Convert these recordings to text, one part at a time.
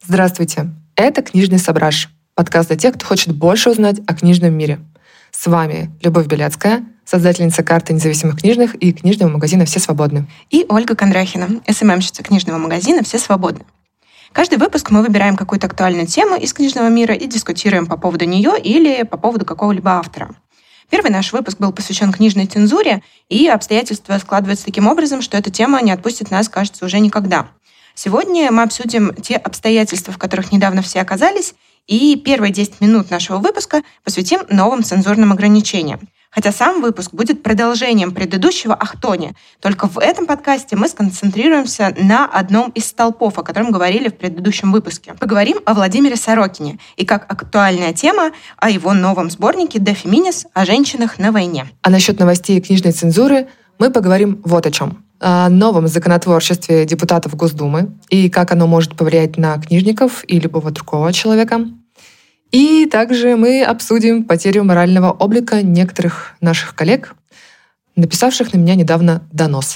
Здравствуйте! Это «Книжный сображ» — подкаст для тех, кто хочет больше узнать о книжном мире. С вами Любовь Белецкая, создательница карты независимых книжных и книжного магазина «Все свободны». И Ольга Кондрахина, СММщица книжного магазина «Все свободны». Каждый выпуск мы выбираем какую-то актуальную тему из книжного мира и дискутируем по поводу нее или по поводу какого-либо автора. Первый наш выпуск был посвящен книжной цензуре, и обстоятельства складываются таким образом, что эта тема не отпустит нас, кажется, уже никогда. Сегодня мы обсудим те обстоятельства, в которых недавно все оказались, и первые 10 минут нашего выпуска посвятим новым цензурным ограничениям. Хотя сам выпуск будет продолжением предыдущего о Ахтоне. Только в этом подкасте мы сконцентрируемся на одном из столпов, о котором говорили в предыдущем выпуске. Поговорим о Владимире Сорокине и как актуальная тема о его новом сборнике «De Feminis» о женщинах на войне. А насчет новостей книжной цензуры мы поговорим вот о чем. О новом законотворчестве депутатов Госдумы и как оно может повлиять на книжников и любого другого человека. И также мы обсудим потерю морального облика некоторых наших коллег, написавших на меня недавно донос.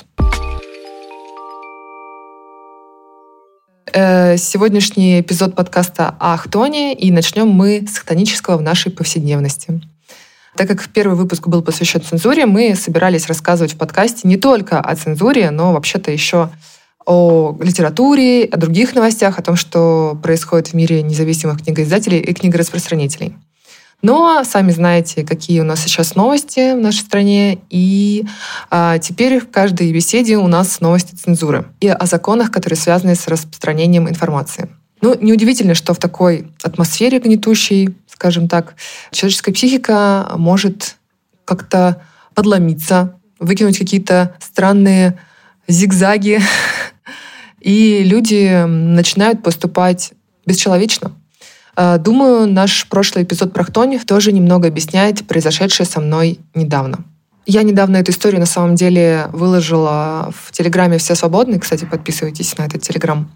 Сегодняшний эпизод подкаста о Ахтоне, и начнем мы с хтонического в нашей повседневности. Так как первый выпуск был посвящен цензуре, мы собирались рассказывать в подкасте не только о цензуре, но вообще-то еще о литературе, о других новостях, о том, что происходит в мире независимых книгоиздателей и книгораспространителей. Но сами знаете, какие у нас сейчас новости в нашей стране, и теперь в каждой беседе у нас новости цензуры и о законах, которые связаны с распространением информации. Неудивительно, что в такой атмосфере гнетущей, скажем так, человеческая психика может как-то подломиться, выкинуть какие-то странные зигзаги, и люди начинают поступать бесчеловечно. Думаю, наш прошлый эпизод про Ахтонев тоже немного объясняет произошедшее со мной недавно. Я недавно эту историю на самом деле выложила в Телеграме «Все свободны». Кстати, подписывайтесь на этот Телеграм.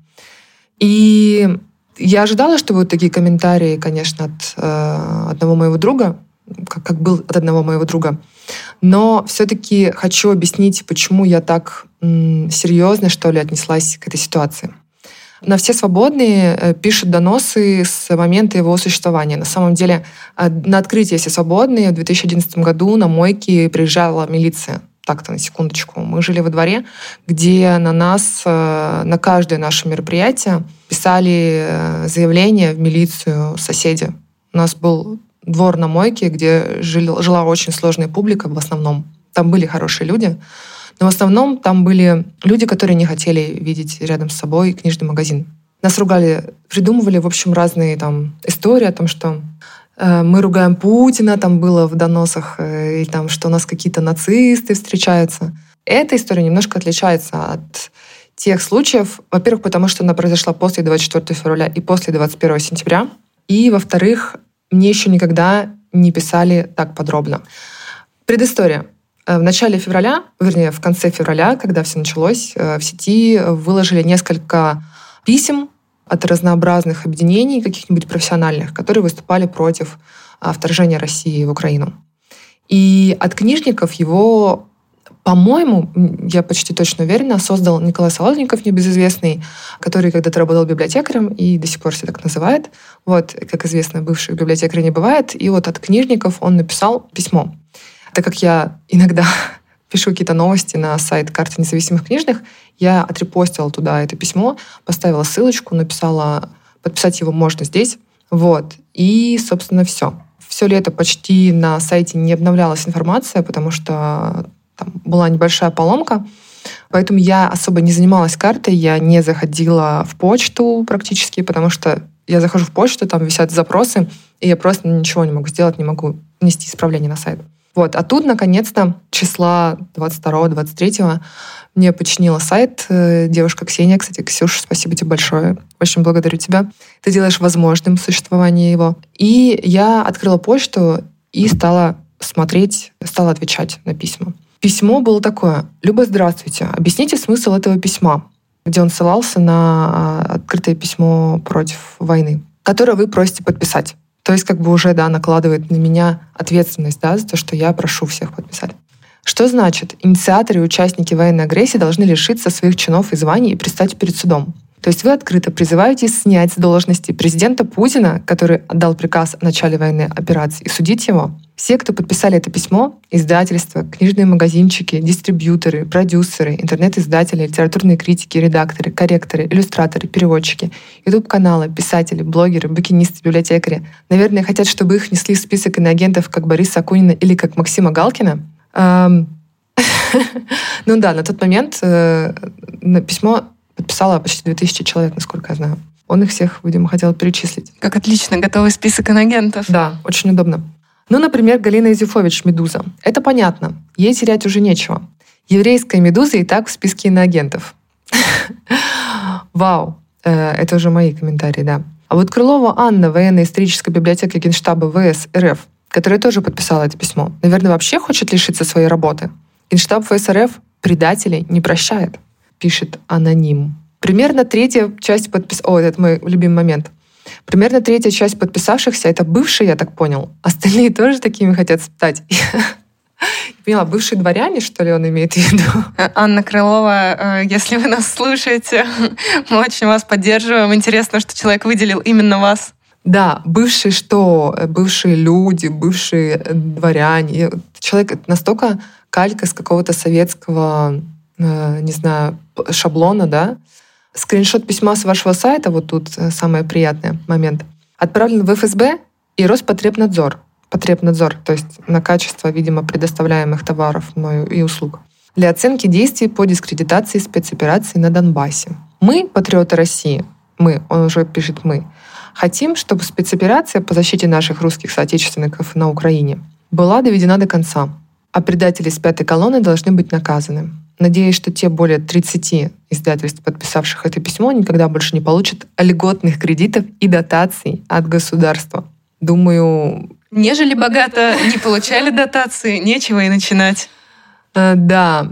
И я ожидала, что будут такие комментарии, конечно, от одного моего друга, как был от одного моего друга. Но все-таки хочу объяснить, почему я так серьезно, что ли, отнеслась к этой ситуации. На «Все свободные» пишут доносы с момента его существования. На самом деле, на открытие «Все свободные» в 2011 году на мойке приезжала милиция. Так-то, на секундочку. Мы жили во дворе, где на нас, на каждое наше мероприятие писали заявления в милицию соседи. У нас был двор на мойке, где жила очень сложная публика в основном. Там были хорошие люди, но в основном там были люди, которые не хотели видеть рядом с собой книжный магазин. Нас ругали, придумывали, в общем, разные там истории о том, что мы ругаем Путина, там было в доносах, и там, что у нас какие-то нацисты встречаются. Эта история немножко отличается от тех случаев, во-первых, потому что она произошла после 24 февраля и после 21 сентября, и, во-вторых, мне еще никогда не писали так подробно. Предыстория. В начале февраля, вернее, в конце февраля, когда все началось, в сети выложили несколько писем от разнообразных объединений, каких-нибудь профессиональных, которые выступали против вторжения России в Украину. И от книжников его, по-моему, я почти точно уверена, создал Николай Солодников, небезызвестный, который когда-то работал библиотекарем и до сих пор себя так называет. Вот, как известно, бывших библиотекарей не бывает. И вот от книжников он написал письмо. Так как я иногда пишу какие-то новости на сайт карты независимых книжных, я отрепостила туда это письмо, поставила ссылочку, написала, подписать его можно здесь. Вот. И, собственно, все. Все лето почти на сайте не обновлялась информация, потому что там была небольшая поломка. Поэтому я особо не занималась картой, я не заходила в почту практически, потому что я захожу в почту, там висят запросы, и я просто ничего не могу сделать, не могу внести исправление на сайт. Вот. А тут, наконец-то, числа 22-23 мне починила сайт девушка Ксения. Кстати, Ксюша, спасибо тебе большое. Очень благодарю тебя. Ты делаешь возможным существование его. И я открыла почту и стала смотреть, стала отвечать на письма. Письмо было такое: «Люба, здравствуйте. Объясните смысл этого письма», где он ссылался на открытое письмо против войны, которое вы просите подписать. То есть как бы уже, накладывает на меня ответственность, за то, что я прошу всех подписать. Что значит? Инициаторы и участники военной агрессии должны лишиться своих чинов и званий и предстать перед судом. То есть вы открыто призываете снять с должности президента Путина, который отдал приказ о начале военной операции, и судить его. Все, кто подписали это письмо, издательства, книжные магазинчики, дистрибьюторы, продюсеры, интернет-издатели, литературные критики, редакторы, корректоры, иллюстраторы, переводчики, YouTube-каналы, писатели, блогеры, букинисты, библиотекари, наверное, хотят, чтобы их несли в список иноагентов как Бориса Акунина или как Максима Галкина. Ну да, на тот момент письмо подписало почти 2000 человек, насколько я знаю. Он их всех, видимо, хотел перечислить. Как отлично, готовый список иноагентов. Да, очень удобно. Ну, например, Галина Изюфович, «Медуза». Это понятно. Ей терять уже нечего. Еврейская «Медуза» и так в списке иноагентов. Вау. Это уже мои комментарии, да. А вот Крылова Анна, военная историческая библиотека Генштаба ВС РФ, которая тоже подписала это письмо, наверное, вообще хочет лишиться своей работы. Генштаб ВС РФ предателей не прощает, пишет аноним. Примерно третья часть это мой любимый момент. Примерно третья часть подписавшихся — это бывшие, я так понял. Остальные тоже такими хотят стать. Я поняла, бывшие дворяне, что ли, он имеет в виду? Анна Крылова, если вы нас слушаете, мы очень вас поддерживаем. Интересно, что человек выделил именно вас. Да, бывшие что? Бывшие люди, бывшие дворяне. Человек настолько калька с какого-то советского, не знаю, шаблона, да? Скриншот письма с вашего сайта, вот тут самый приятный момент, отправлен в ФСБ и Роспотребнадзор. Потребнадзор, то есть на качество, видимо, предоставляемых товаров мною и услуг, для оценки действий по дискредитации спецоперации на Донбассе. Мы, патриоты России, он уже пишет «мы», хотим, чтобы спецоперация по защите наших русских соотечественников на Украине была доведена до конца, а предатели с пятой колонны должны быть наказаны. Надеюсь, что те более 30 издательств, подписавших это письмо, никогда больше не получат льготных кредитов и дотаций от государства. Думаю... Нежели богато не получали дотации, нечего и начинать. Да.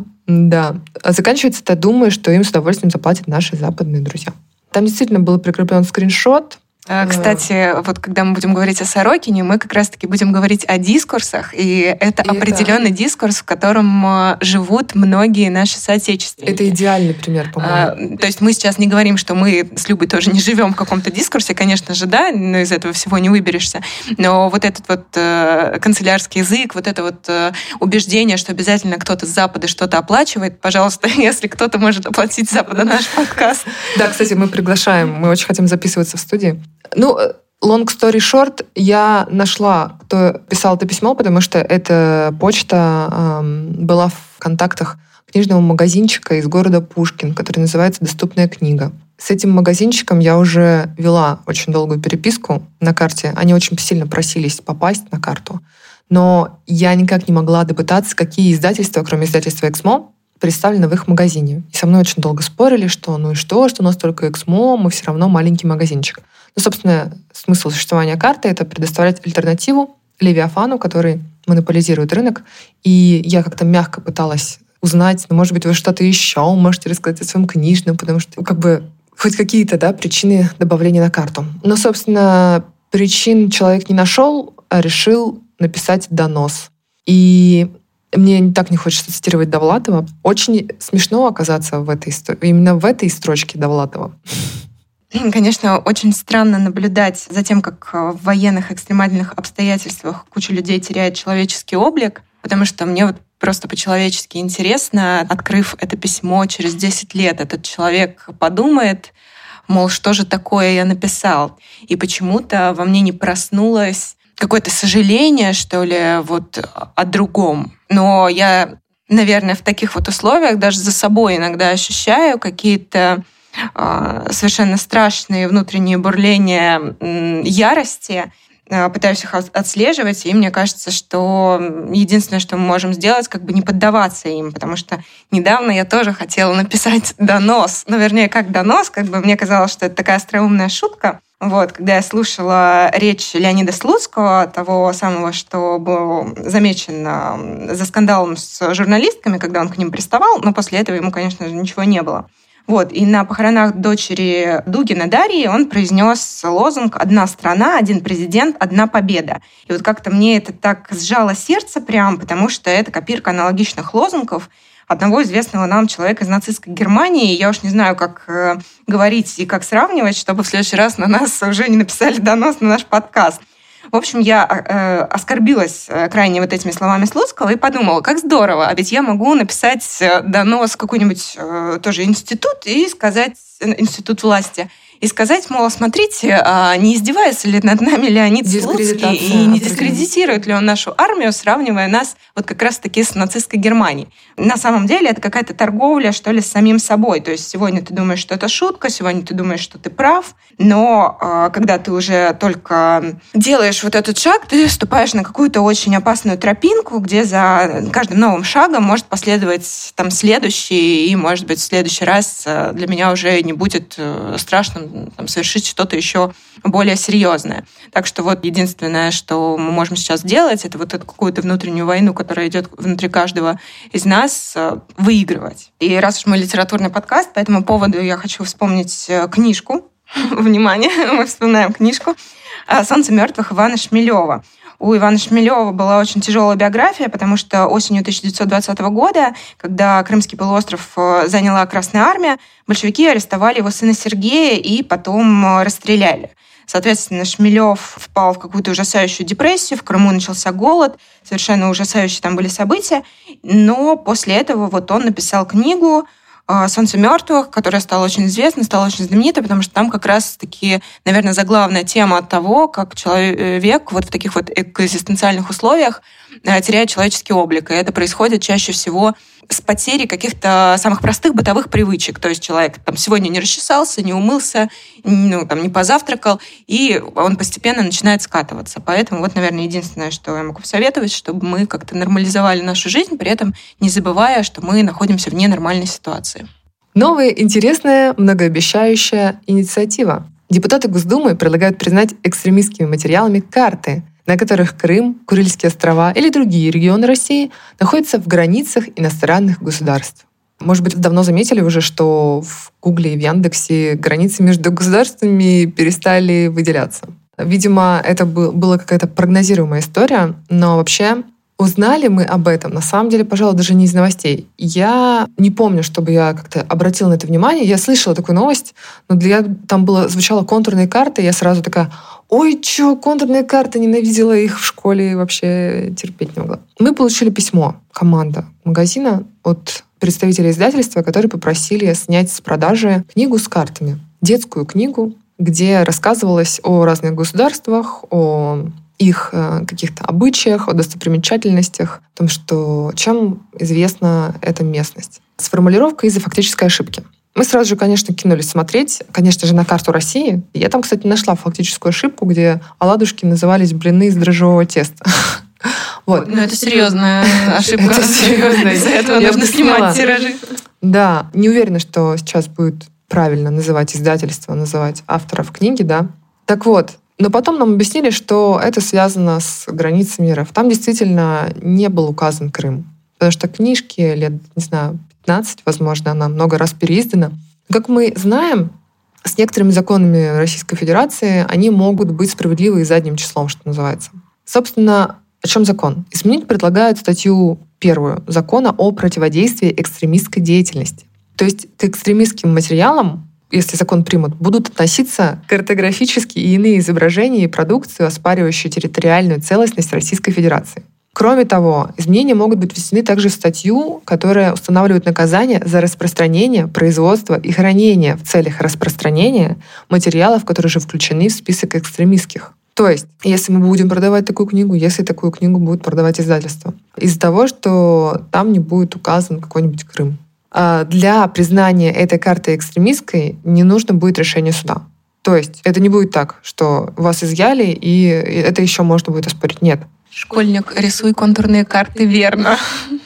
А заканчивается это, думаю, что им с удовольствием заплатят наши западные друзья. Там действительно был прикреплен скриншот. Кстати, вот когда мы будем говорить о Сорокине, мы как раз-таки будем говорить о дискурсах, и это определенный дискурс, в котором живут многие наши соотечественники. Это идеальный пример, по-моему. То есть мы сейчас не говорим, что мы с Любой тоже не живем в каком-то дискурсе, конечно же, да, но из этого всего не выберешься. Но вот этот вот канцелярский язык, вот это вот убеждение, что обязательно кто-то с Запада что-то оплачивает, пожалуйста, если кто-то может оплатить с Запада наш подкаст. Да, кстати, мы приглашаем, мы очень хотим записываться в студии. Ну, long story short, я нашла, кто писал это письмо, потому что эта почта была в контактах книжного магазинчика из города Пушкин, который называется «Доступная книга». С этим магазинчиком я уже вела очень долгую переписку на карте. Они очень сильно просились попасть на карту. Но я никак не могла допытаться, какие издательства, кроме издательства «Эксмо», представлены в их магазине. И со мной очень долго спорили, что ну и что у нас только «Эксмо», мы все равно маленький магазинчик. Ну, собственно, смысл существования карты — это предоставлять альтернативу Левиафану, который монополизирует рынок. И я как-то мягко пыталась узнать, ну, может быть, вы что-то еще можете рассказать о своем книжном, потому что как бы хоть какие-то, да, причины добавления на карту. Но, собственно, причин человек не нашел, а решил написать донос. И мне так не хочется цитировать Довлатова. Очень смешно оказаться именно в этой строчке Довлатова. Конечно, очень странно наблюдать за тем, как в военных экстремальных обстоятельствах куча людей теряет человеческий облик, потому что мне вот просто по-человечески интересно, открыв это письмо через 10 лет, этот человек подумает, мол, что же такое я написал. И почему-то во мне не проснулось какое-то сожаление, что ли, вот о другом. Но я, наверное, в таких вот условиях даже за собой иногда ощущаю какие-то совершенно страшные внутренние бурления ярости, пытаюсь их отслеживать, и мне кажется, что единственное, что мы можем сделать, как бы не поддаваться им, потому что недавно я тоже хотела написать донос. Ну, вернее, как донос, как бы мне казалось, что это такая остроумная шутка. Вот, когда я слушала речь Леонида Слуцкого, того самого, что был замечен за скандалом с журналистками, когда он к ним приставал, но после этого ему, конечно же, ничего не было. Вот, и на похоронах дочери Дугина Дарьи он произнес лозунг «Одна страна, один президент, одна победа». И вот как-то мне это так сжало сердце прям, потому что это копирка аналогичных лозунгов одного известного нам человека из нацистской Германии. Я уж не знаю, как говорить и как сравнивать, чтобы в следующий раз на нас уже не написали донос на наш подкаст. В общем, я оскорбилась крайне вот этими словами Слуцкого и подумала, как здорово, а ведь я могу написать донос в какой-нибудь тоже институт и сказать, институт власти, и сказать, мол, смотрите, не издевается ли над нами Леонид Слуцкий и не дискредитирует ли он нашу армию, сравнивая нас вот как раз-таки с нацистской Германией. На самом деле это какая-то торговля, что ли, с самим собой. То есть сегодня ты думаешь, что это шутка, сегодня ты думаешь, что ты прав, но когда ты уже только делаешь вот этот шаг, ты вступаешь на какую-то очень опасную тропинку, где за каждым новым шагом может последовать там следующий, и, может быть, в следующий раз для меня уже не будет страшным там, совершить что-то еще более серьезное. Так что вот единственное, что мы можем сейчас сделать, это вот эту какую-то внутреннюю войну, которая идет внутри каждого из нас, выигрывать. И раз уж мы литературный подкаст, по этому поводу я хочу вспомнить книжку. Внимание, мы вспоминаем книжку «Солнце мертвых» Ивана Шмелева. У Ивана Шмелева была очень тяжелая биография, потому что осенью 1920 года, когда Крымский полуостров заняла Красная армия, большевики арестовали его сына Сергея и потом расстреляли. Соответственно, Шмелев впал в какую-то ужасающую депрессию, в Крыму начался голод, совершенно ужасающие там были события, но после этого вот он написал книгу «Солнце мертвых», которая стала очень известной, стала очень знаменитой, потому что там как раз-таки, наверное, заглавная тема того, как человек вот в таких вот экзистенциальных условиях теряет человеческий облик. И это происходит чаще всего с потерей каких-то самых простых бытовых привычек. То есть человек там сегодня не расчесался, не умылся, не позавтракал, и он постепенно начинает скатываться. Поэтому вот, наверное, единственное, что я могу посоветовать, чтобы мы как-то нормализовали нашу жизнь, при этом не забывая, что мы находимся в ненормальной ситуации. Новая, интересная, многообещающая инициатива. Депутаты Госдумы предлагают признать экстремистскими материалами карты, на которых Крым, Курильские острова или другие регионы России находятся в границах иностранных государств. Может быть, давно заметили уже, что в Гугле и в Яндексе границы между государствами перестали выделяться. Видимо, это была какая-то прогнозируемая история, но вообще узнали мы об этом, на самом деле, пожалуй, даже не из новостей. Я не помню, чтобы я как-то обратила на это внимание. Я слышала такую новость, но там звучала контурные карты, и я сразу такая: ой, чё, контурные карты, ненавидела их в школе, вообще терпеть не могла. Мы получили письмо, команда магазина, от представителей издательства, которые попросили снять с продажи книгу с картами. Детскую книгу, где рассказывалось о разных государствах, о их каких-то обычаях, о достопримечательностях, о том, чем известна эта местность. С формулировкой из-за фактической ошибки. Мы сразу же, конечно, кинулись смотреть, конечно же, на карту России. Я там, кстати, нашла фактическую ошибку, где оладушки назывались блины из дрожжевого теста. Вот. Ну, это серьезная ошибка. Это серьезная. Из-за этого нужно снимать тиражи. Да, не уверена, что сейчас будет правильно называть издательство, называть авторов книги, да. Так вот, но потом нам объяснили, что это связано с границами РФ. Там действительно не был указан Крым. Потому что книжки лет, не знаю, 15, возможно, она много раз переиздана. Как мы знаем, с некоторыми законами Российской Федерации они могут быть справедливы и задним числом, что называется. Собственно, о чем закон? Изменить предлагают статью 1 закона о противодействии экстремистской деятельности. То есть к экстремистским материалам, если закон примут, будут относиться картографические и иные изображения и продукцию, оспаривающие территориальную целостность Российской Федерации. Кроме того, изменения могут быть внесены также в статью, которая устанавливает наказание за распространение, производство и хранение в целях распространения материалов, которые уже включены в список экстремистских. То есть, если мы будем продавать такую книгу, если такую книгу будет продавать издательство, из-за того, что там не будет указан какой-нибудь Крым. Для признания этой карты экстремистской не нужно будет решение суда. То есть это не будет так, что вас изъяли, и это еще можно будет оспорить. Нет. Школьник, рисуй контурные карты верно.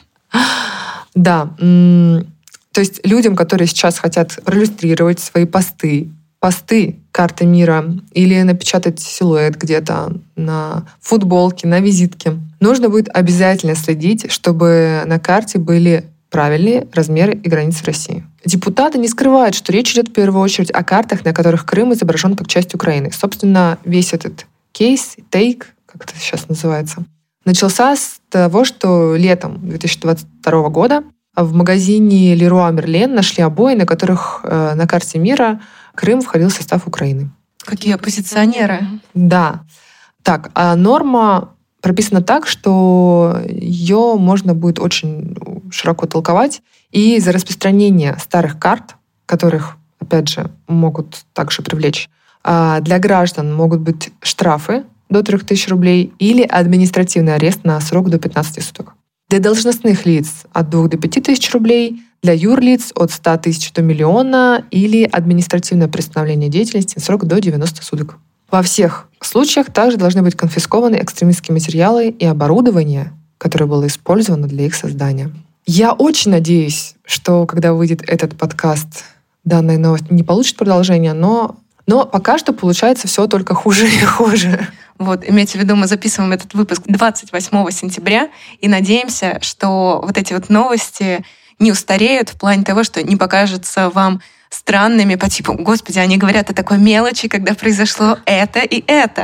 Да. То есть людям, которые сейчас хотят проиллюстрировать свои посты карты мира или напечатать силуэт где-то на футболке, на визитке, нужно будет обязательно следить, чтобы на карте были правильные размеры и границы России. Депутаты не скрывают, что речь идет в первую очередь о картах, на которых Крым изображен как часть Украины. Собственно, весь этот кейс, тейк, как это сейчас называется, начался с того, что летом 2022 года в магазине Leroy Merlin нашли обои, на которых на карте мира Крым входил в состав Украины. Какие оппозиционеры. Да. Так, а норма прописана так, что ее можно будет очень широко толковать. И за распространение старых карт, которых, опять же, могут также привлечь, для граждан могут быть штрафы до 3000 рублей или административный арест на срок до 15 суток. Для должностных лиц от 2 до 5 тысяч рублей, для юрлиц от 100 тысяч до миллиона или административное приостановление деятельности на срок до 90 суток. Во всех случаях также должны быть конфискованы экстремистские материалы и оборудование, которое было использовано для их создания. Я очень надеюсь, что когда выйдет этот подкаст, данная новость не получит продолжения, но пока что получается все только хуже и хуже. Вот, имейте в виду, мы записываем этот выпуск 28 сентября и надеемся, что вот эти вот новости не устареют в плане того, что не покажутся вам странными по типу «Господи, они говорят о такой мелочи, когда произошло это и это».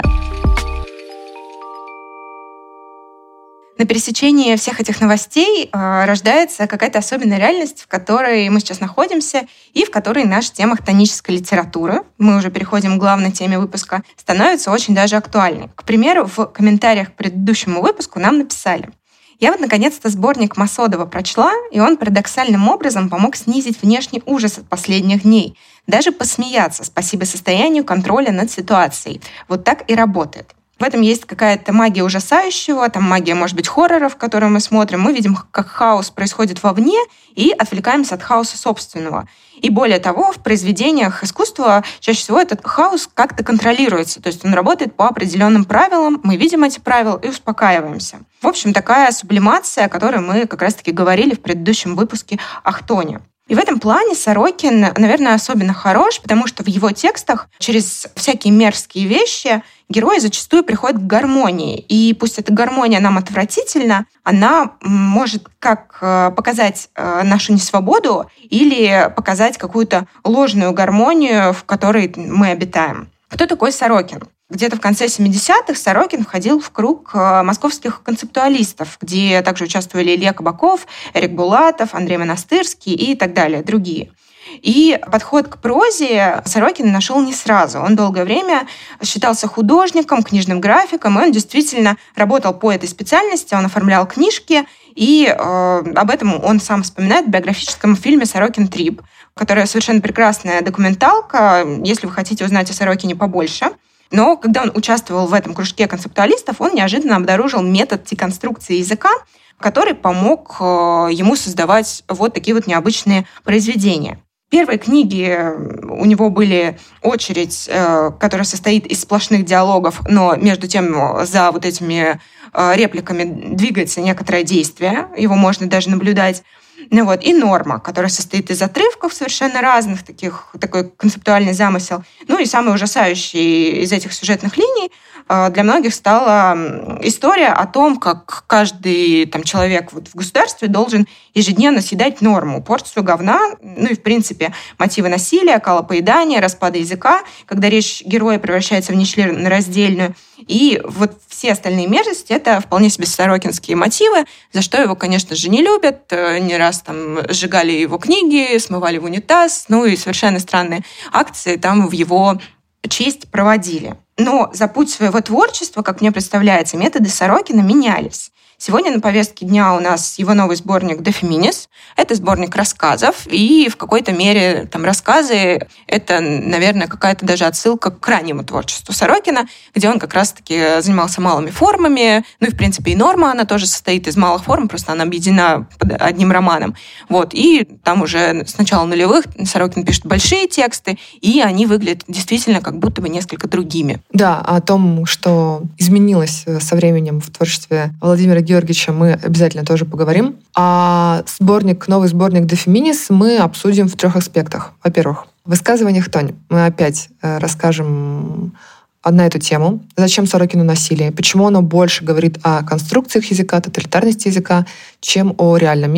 На пересечении всех этих новостей рождается какая-то особенная реальность, в которой мы сейчас находимся и в которой наша тема хтонической литературы, мы уже переходим к главной теме выпуска, становится очень даже актуальной. К примеру, в комментариях к предыдущему выпуску нам написали: «Я вот наконец-то сборник Масодова прочла, и он парадоксальным образом помог снизить внешний ужас от последних дней. Даже посмеяться, спасибо состоянию контроля над ситуацией. Вот так и работает». В этом есть какая-то магия ужасающего, там магия, может быть, хорроров, которые мы смотрим. Мы видим, как хаос происходит вовне, и отвлекаемся от хаоса собственного. И более того, в произведениях искусства чаще всего этот хаос как-то контролируется. То есть он работает по определенным правилам, мы видим эти правила и успокаиваемся. В общем, такая сублимация, о которой мы как раз-таки говорили в предыдущем выпуске о хтоне. И в этом плане Сорокин, наверное, особенно хорош, потому что в его текстах через всякие мерзкие вещи герои зачастую приходят к гармонии. И пусть эта гармония нам отвратительна, она может как показать нашу несвободу или показать какую-то ложную гармонию, в которой мы обитаем. Кто такой Сорокин? Где-то в конце 70-х Сорокин входил в круг московских концептуалистов, где также участвовали Илья Кабаков, Эрик Булатов, Андрей Монастырский и так далее, другие. И подход к прозе Сорокин нашел не сразу. Он долгое время считался художником, книжным графиком, и он действительно работал по этой специальности, он оформлял книжки, и об этом он сам вспоминает в биографическом фильме «Сорокин Трип», которая совершенно прекрасная документалка, если вы хотите узнать о Сорокине побольше. Но когда он участвовал в этом кружке концептуалистов, он неожиданно обнаружил метод деконструкции языка, который помог ему создавать вот такие вот необычные произведения. Первые книги у него были «Очередь», которая состоит из сплошных диалогов, но между тем за вот этими репликами двигается некоторое действие, его можно даже наблюдать. И «Норма», которая состоит из отрывков совершенно разных, такой концептуальный замысел. И самый ужасающий из этих сюжетных линий для многих стала история о том, как каждый человек в государстве должен ежедневно съедать норму, порцию говна, и, в принципе, мотивы насилия, калопоедания, распада языка, когда речь героя превращается в нечленораздельную. И вот все остальные мерзости — это вполне себе сорокинские мотивы, за что его, конечно же, не любят. Не раз сжигали его книги, смывали в унитаз, и совершенно странные акции там в его честь проводили. Но за путь своего творчества, как мне представляется, методы Сорокина менялись. Сегодня на повестке дня у нас его новый сборник «De Feminis». Это сборник рассказов, и в какой-то мере рассказы — это, наверное, какая-то даже отсылка к раннему творчеству Сорокина, где он как раз-таки занимался малыми формами. И, в принципе, и «Норма», она тоже состоит из малых форм, просто она объединена под одним романом. И там уже с начала нулевых Сорокин пишет большие тексты, и они выглядят действительно как будто бы несколько другими. Да, о том, что изменилось со временем в творчестве Владимира Георгиевича, мы обязательно тоже поговорим. А новый сборник «De Feminis» мы обсудим в 3 аспектах. Во-первых, в высказываниях хтони мы опять расскажем на эту тему. Зачем Сорокину насилие? Почему оно больше говорит о конструкциях языка, тоталитарности языка, чем о реальном мире?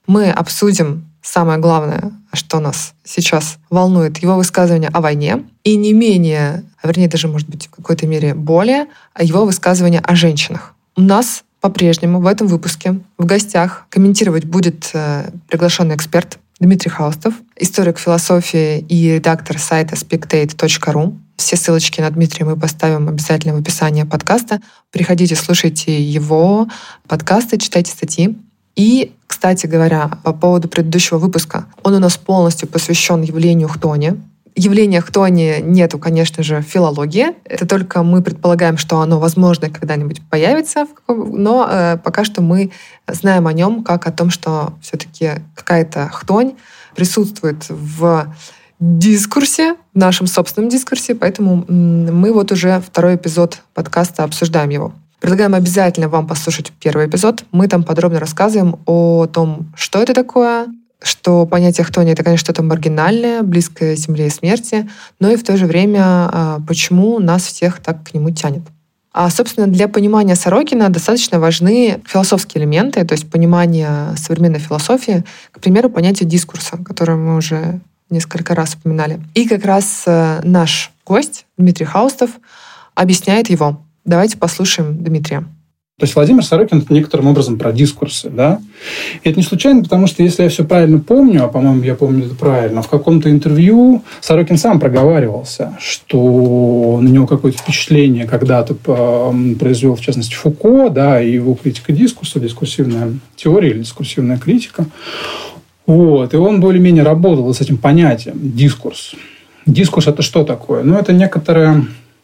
Мы обсудим самое главное, что нас сейчас волнует, его высказывания о войне, и не менее, вернее, даже, может быть, в какой-то мере более, его высказывания о женщинах. У нас по-прежнему в этом выпуске в гостях комментировать будет приглашенный эксперт Дмитрий Хаустов, историк философии и редактор сайта spectate.ru. Все ссылочки на Дмитрия мы поставим обязательно в описании подкаста. Приходите, слушайте его подкасты, читайте статьи. И, кстати говоря, по поводу предыдущего выпуска, он у нас полностью посвящен явлению хтони. Явления хтони нету, конечно же, в филологии. Это только мы предполагаем, что оно, возможно, когда-нибудь появится, но пока что мы знаем о нем как о том, что все-таки какая-то хтонь присутствует в дискурсе, в нашем собственном дискурсе, поэтому мы вот уже второй эпизод подкаста обсуждаем его. Предлагаем обязательно вам послушать первый эпизод. Мы там подробно рассказываем о том, что это такое, что понятие хтони — это, конечно, что-то маргинальное, близкое земле и смерти, но и в то же время, почему нас всех так к нему тянет. А, собственно, для понимания Сорокина достаточно важны философские элементы, то есть понимание современной философии, к примеру, понятие дискурса, которое мы уже несколько раз упоминали. И как раз наш гость Дмитрий Хаустов объясняет его. Давайте послушаем Дмитрия. То есть Владимир Сорокин — это некоторым образом про дискурсы, да? И это не случайно, потому что, если я все правильно помню, а, по-моему, я помню это правильно, в каком-то интервью Сорокин сам проговаривался, что на него какое-то впечатление когда-то произвел, в частности, Фуко, да, и его критика дискурса, дискурсивная теория или дискурсивная критика. Вот. И он более-менее работал с этим понятием дискурс. Дискурс — это что такое? Ну, это некоторая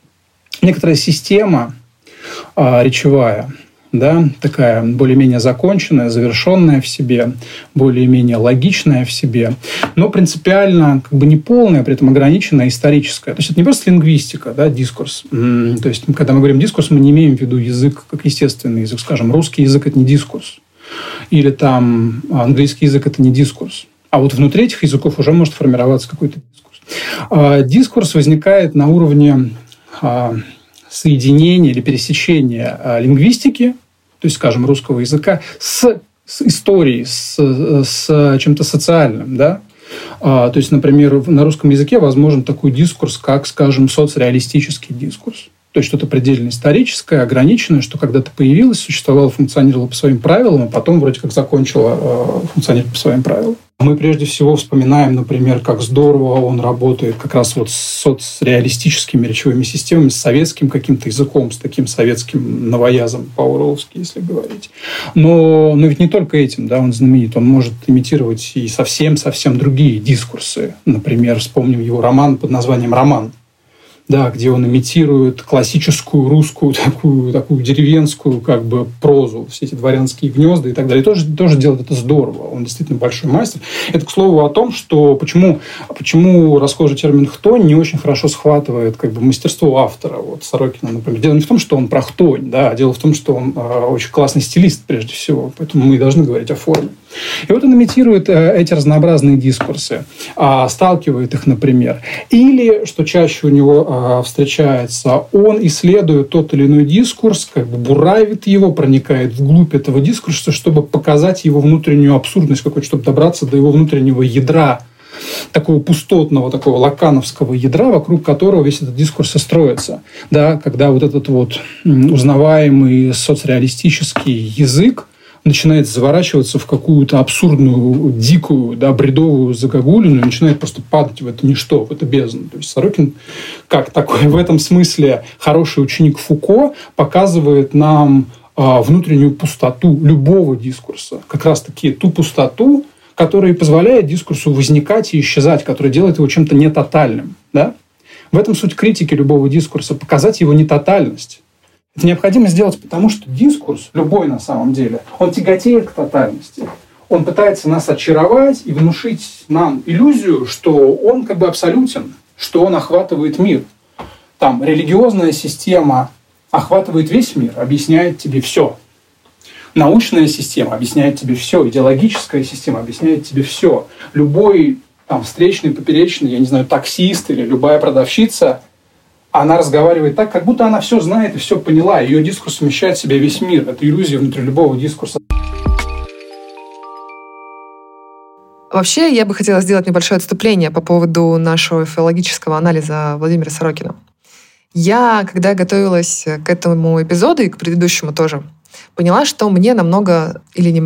система речевая, да, такая более-менее законченная, завершенная в себе, более-менее логичная в себе, но принципиально как бы не полная, при этом ограниченная, историческая. То есть это не просто лингвистика, да, дискурс. То есть когда мы говорим дискурс, мы не имеем в виду язык как естественный язык. Скажем, русский язык – это не дискурс. Или там английский язык – это не дискурс. А вот внутри этих языков уже может формироваться какой-то дискурс. Дискурс возникает на уровне соединения или пересечения лингвистики, то есть, скажем, русского языка, с историей, с чем-то социальным. Да? То есть, например, на русском языке возможен такой дискурс, как, скажем, соцреалистический дискурс. То есть, что-то предельно историческое, ограниченное, что когда-то появилось, существовало, функционировало по своим правилам, а потом вроде как закончило функционировать по своим правилам. Мы прежде всего вспоминаем, например, как здорово он работает как раз вот с соцреалистическими речевыми системами, с советским каким-то языком, с таким советским новоязом по-орловски, если говорить. Но ведь не только этим, да, он знаменит. Он может имитировать и совсем другие дискурсы. Например, вспомним его роман под названием «Роман», да, где он имитирует классическую русскую такую деревенскую как бы прозу, все эти дворянские гнезда и так далее. И тоже делает это здорово. Он действительно большой мастер. Это, к слову, о том, что почему расхожий термин «хтонь» не очень хорошо схватывает как бы мастерство автора. Вот Сорокина, например. Дело не в том, что он про хтонь, да, а дело в том, что он очень классный стилист прежде всего. Поэтому мы и должны говорить о форме. И вот он имитирует эти разнообразные дискурсы, сталкивает их, например. Или, что чаще у него встречается, он исследует тот или иной дискурс, как бы буравит его, проникает вглубь этого дискурса, чтобы показать его внутреннюю абсурдность какую-то, чтобы добраться до его внутреннего ядра, такого пустотного, такого лакановского ядра, вокруг которого весь этот дискурс и строится. Да, когда вот этот вот узнаваемый соцреалистический язык начинает заворачиваться в какую-то абсурдную, дикую, да, бредовую загогулину и начинает просто падать в это ничто, в это бездну. То есть Сорокин, как такой в этом смысле хороший ученик Фуко, показывает нам внутреннюю пустоту любого дискурса. Как раз-таки ту пустоту, которая позволяет дискурсу возникать и исчезать, которая делает его чем-то нетотальным. Да? В этом суть критики любого дискурса – показать его нетотальность. Это необходимо сделать, потому что дискурс, любой на самом деле, он тяготеет к тотальности. Он пытается нас очаровать и внушить нам иллюзию, что он как бы абсолютен, что он охватывает мир. Там религиозная система охватывает весь мир, объясняет тебе все. Научная система объясняет тебе все. Идеологическая система объясняет тебе все. Любой там, встречный, поперечный, я не знаю, таксист или любая продавщица, она разговаривает так, как будто она все знает и все поняла. Ее дискурс вмещает в себя весь мир. Это иллюзия внутри любого дискурса. Вообще, я бы хотела сделать небольшое отступление по поводу нашего филологического анализа Владимира Сорокина. Я, когда готовилась к этому эпизоду и к предыдущему тоже, поняла, что мне намного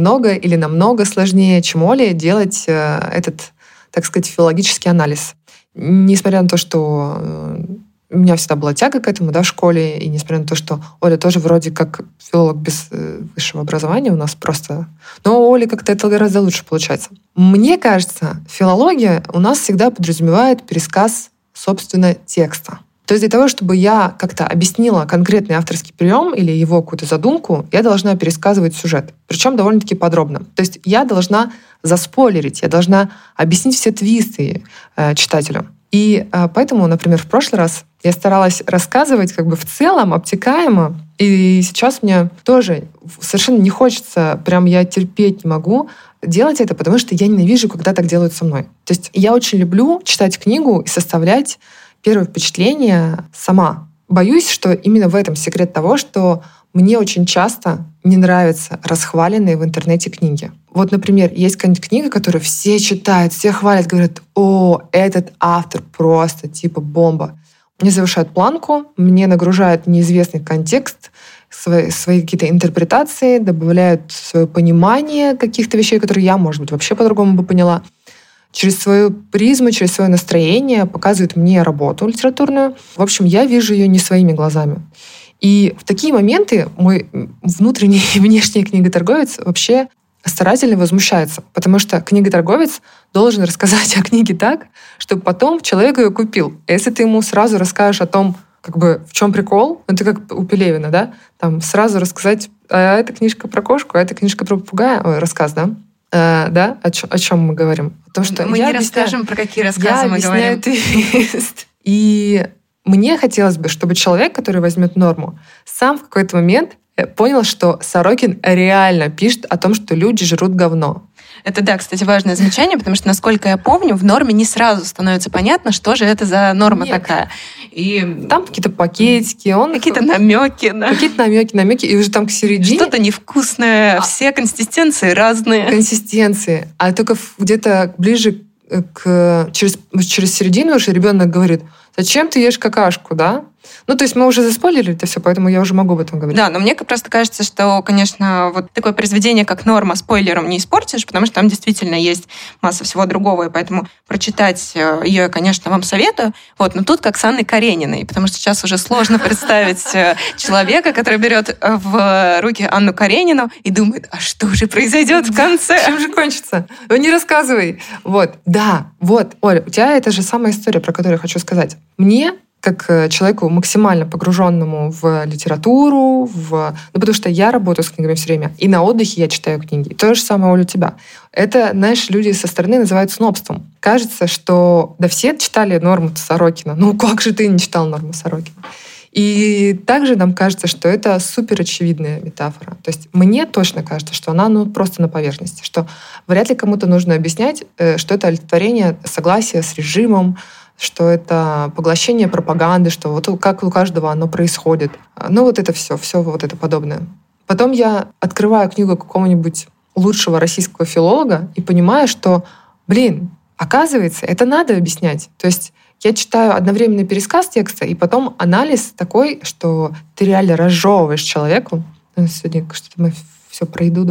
сложнее, чем Оле, делать этот, так сказать, филологический анализ. Несмотря на то, что у меня всегда была тяга к этому, да, в школе, и несмотря на то, что Оля тоже вроде как филолог без высшего образования у нас просто... Но у Оли как-то это гораздо лучше получается. Мне кажется, филология у нас всегда подразумевает пересказ, собственно, текста. То есть для того, чтобы я как-то объяснила конкретный авторский прием или его какую-то задумку, я должна пересказывать сюжет. Причем довольно-таки подробно. То есть я должна заспойлерить, я должна объяснить все твисты читателю. И поэтому, например, в прошлый раз я старалась рассказывать как бы в целом, обтекаемо. И сейчас мне тоже совершенно не хочется, прям я терпеть не могу делать это, потому что я ненавижу, когда так делают со мной. То есть я очень люблю читать книгу и составлять первое впечатление сама. Боюсь, что именно в этом секрет того, что мне очень часто не нравятся расхваленные в интернете книги. Вот, например, есть какая-нибудь книга, которую все читают, все хвалят, говорят: «О, этот автор просто типа бомба». Мне завышают планку, мне нагружают неизвестный контекст, свои какие-то интерпретации, добавляют свое понимание каких-то вещей, которые я, может быть, вообще по-другому бы поняла. Через свою призму, через свое настроение показывают мне работу литературную. В общем, я вижу ее не своими глазами. И в такие моменты мой внутренний и внешний книготорговец вообще старательно возмущается, потому что книготорговец должен рассказать о книге так, чтобы потом человек ее купил. И если ты ему сразу расскажешь о том, как бы в чем прикол, это как у Пелевина, да, там сразу рассказать: а это книжка про кошку, а это книжка про попугая, рассказ, да? Да, о чем мы говорим? О том, что мы не расскажем, про какие рассказы мы говорим. И мне хотелось бы, чтобы человек, который возьмет норму, сам в какой-то момент понял, что Сорокин реально пишет о том, что люди жрут говно. Это, да, кстати, важное замечание, потому что, насколько я помню, в норме не сразу становится понятно, что же это за норма такая. И там какие-то пакетики, какие-то намеки. Да. Какие-то намеки, и уже там к середине... Что-то невкусное, все консистенции разные. Консистенции. А только где-то ближе через середину уже ребенок говорит: зачем ты ешь какашку, да? Ну, то есть мы уже заспойлерили это все, поэтому я уже могу об этом говорить. Да, но мне просто кажется, что, конечно, вот такое произведение, как «Норма», спойлером не испортишь, потому что там действительно есть масса всего другого, и поэтому прочитать ее я, конечно, вам советую. Вот, но тут как с Анной Карениной, потому что сейчас уже сложно представить человека, который берет в руки Анну Каренину и думает: а что же произойдет в конце? Чем же кончится? Не рассказывай. Вот, да, вот, Оля, у тебя это же самая история, про которую я хочу сказать. Мне, как человеку максимально погруженному в литературу, потому что я работаю с книгами все время, и на отдыхе я читаю книги. И то же самое, Оля, у тебя. Это, знаешь, люди со стороны называют снобством. Кажется, что да все читали «Норму» Сорокина. Ну как же ты не читал «Норму» Сорокина? И также нам кажется, что это супер очевидная метафора. То есть мне точно кажется, что она просто на поверхности, что вряд ли кому-то нужно объяснять, что это олицетворение согласия с режимом, что это поглощение пропаганды, что вот как у каждого оно происходит. Ну вот это все вот это подобное. Потом я открываю книгу какого-нибудь лучшего российского филолога и понимаю, что, оказывается, это надо объяснять. То есть я читаю одновременно пересказ текста и потом анализ такой, что ты реально разжевываешь человеку. Сегодня что-то мы все пройду.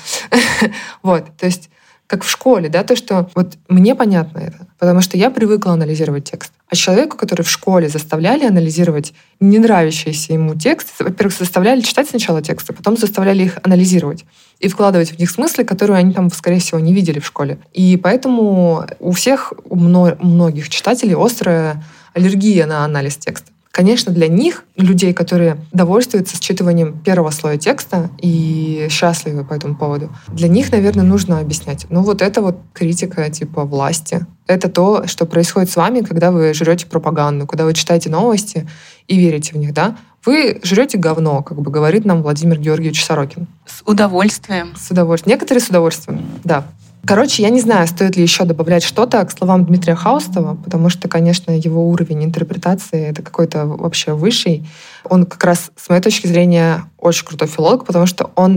Вот, то есть как в школе, да, то, что вот мне понятно это, потому что я привыкла анализировать текст. А человеку, который в школе заставляли анализировать не нравящийся ему текст, во-первых, заставляли читать сначала тексты, потом заставляли их анализировать и вкладывать в них смыслы, которые они там, скорее всего, не видели в школе. И поэтому у многих читателей острая аллергия на анализ текста. Конечно, для них, людей, которые довольствуются считыванием первого слоя текста и счастливы по этому поводу, для них, наверное, нужно объяснять. Вот это вот критика типа власти. Это то, что происходит с вами, когда вы жрете пропаганду, когда вы читаете новости и верите в них, да? Вы жрете говно, как бы говорит нам Владимир Георгиевич Сорокин. С удовольствием. С удовольствием. Некоторые с удовольствием, да. Короче, я не знаю, стоит ли еще добавлять что-то к словам Дмитрия Хаустова, потому что, конечно, его уровень интерпретации — это какой-то вообще высший. Он как раз, с моей точки зрения, очень крутой филолог, потому что он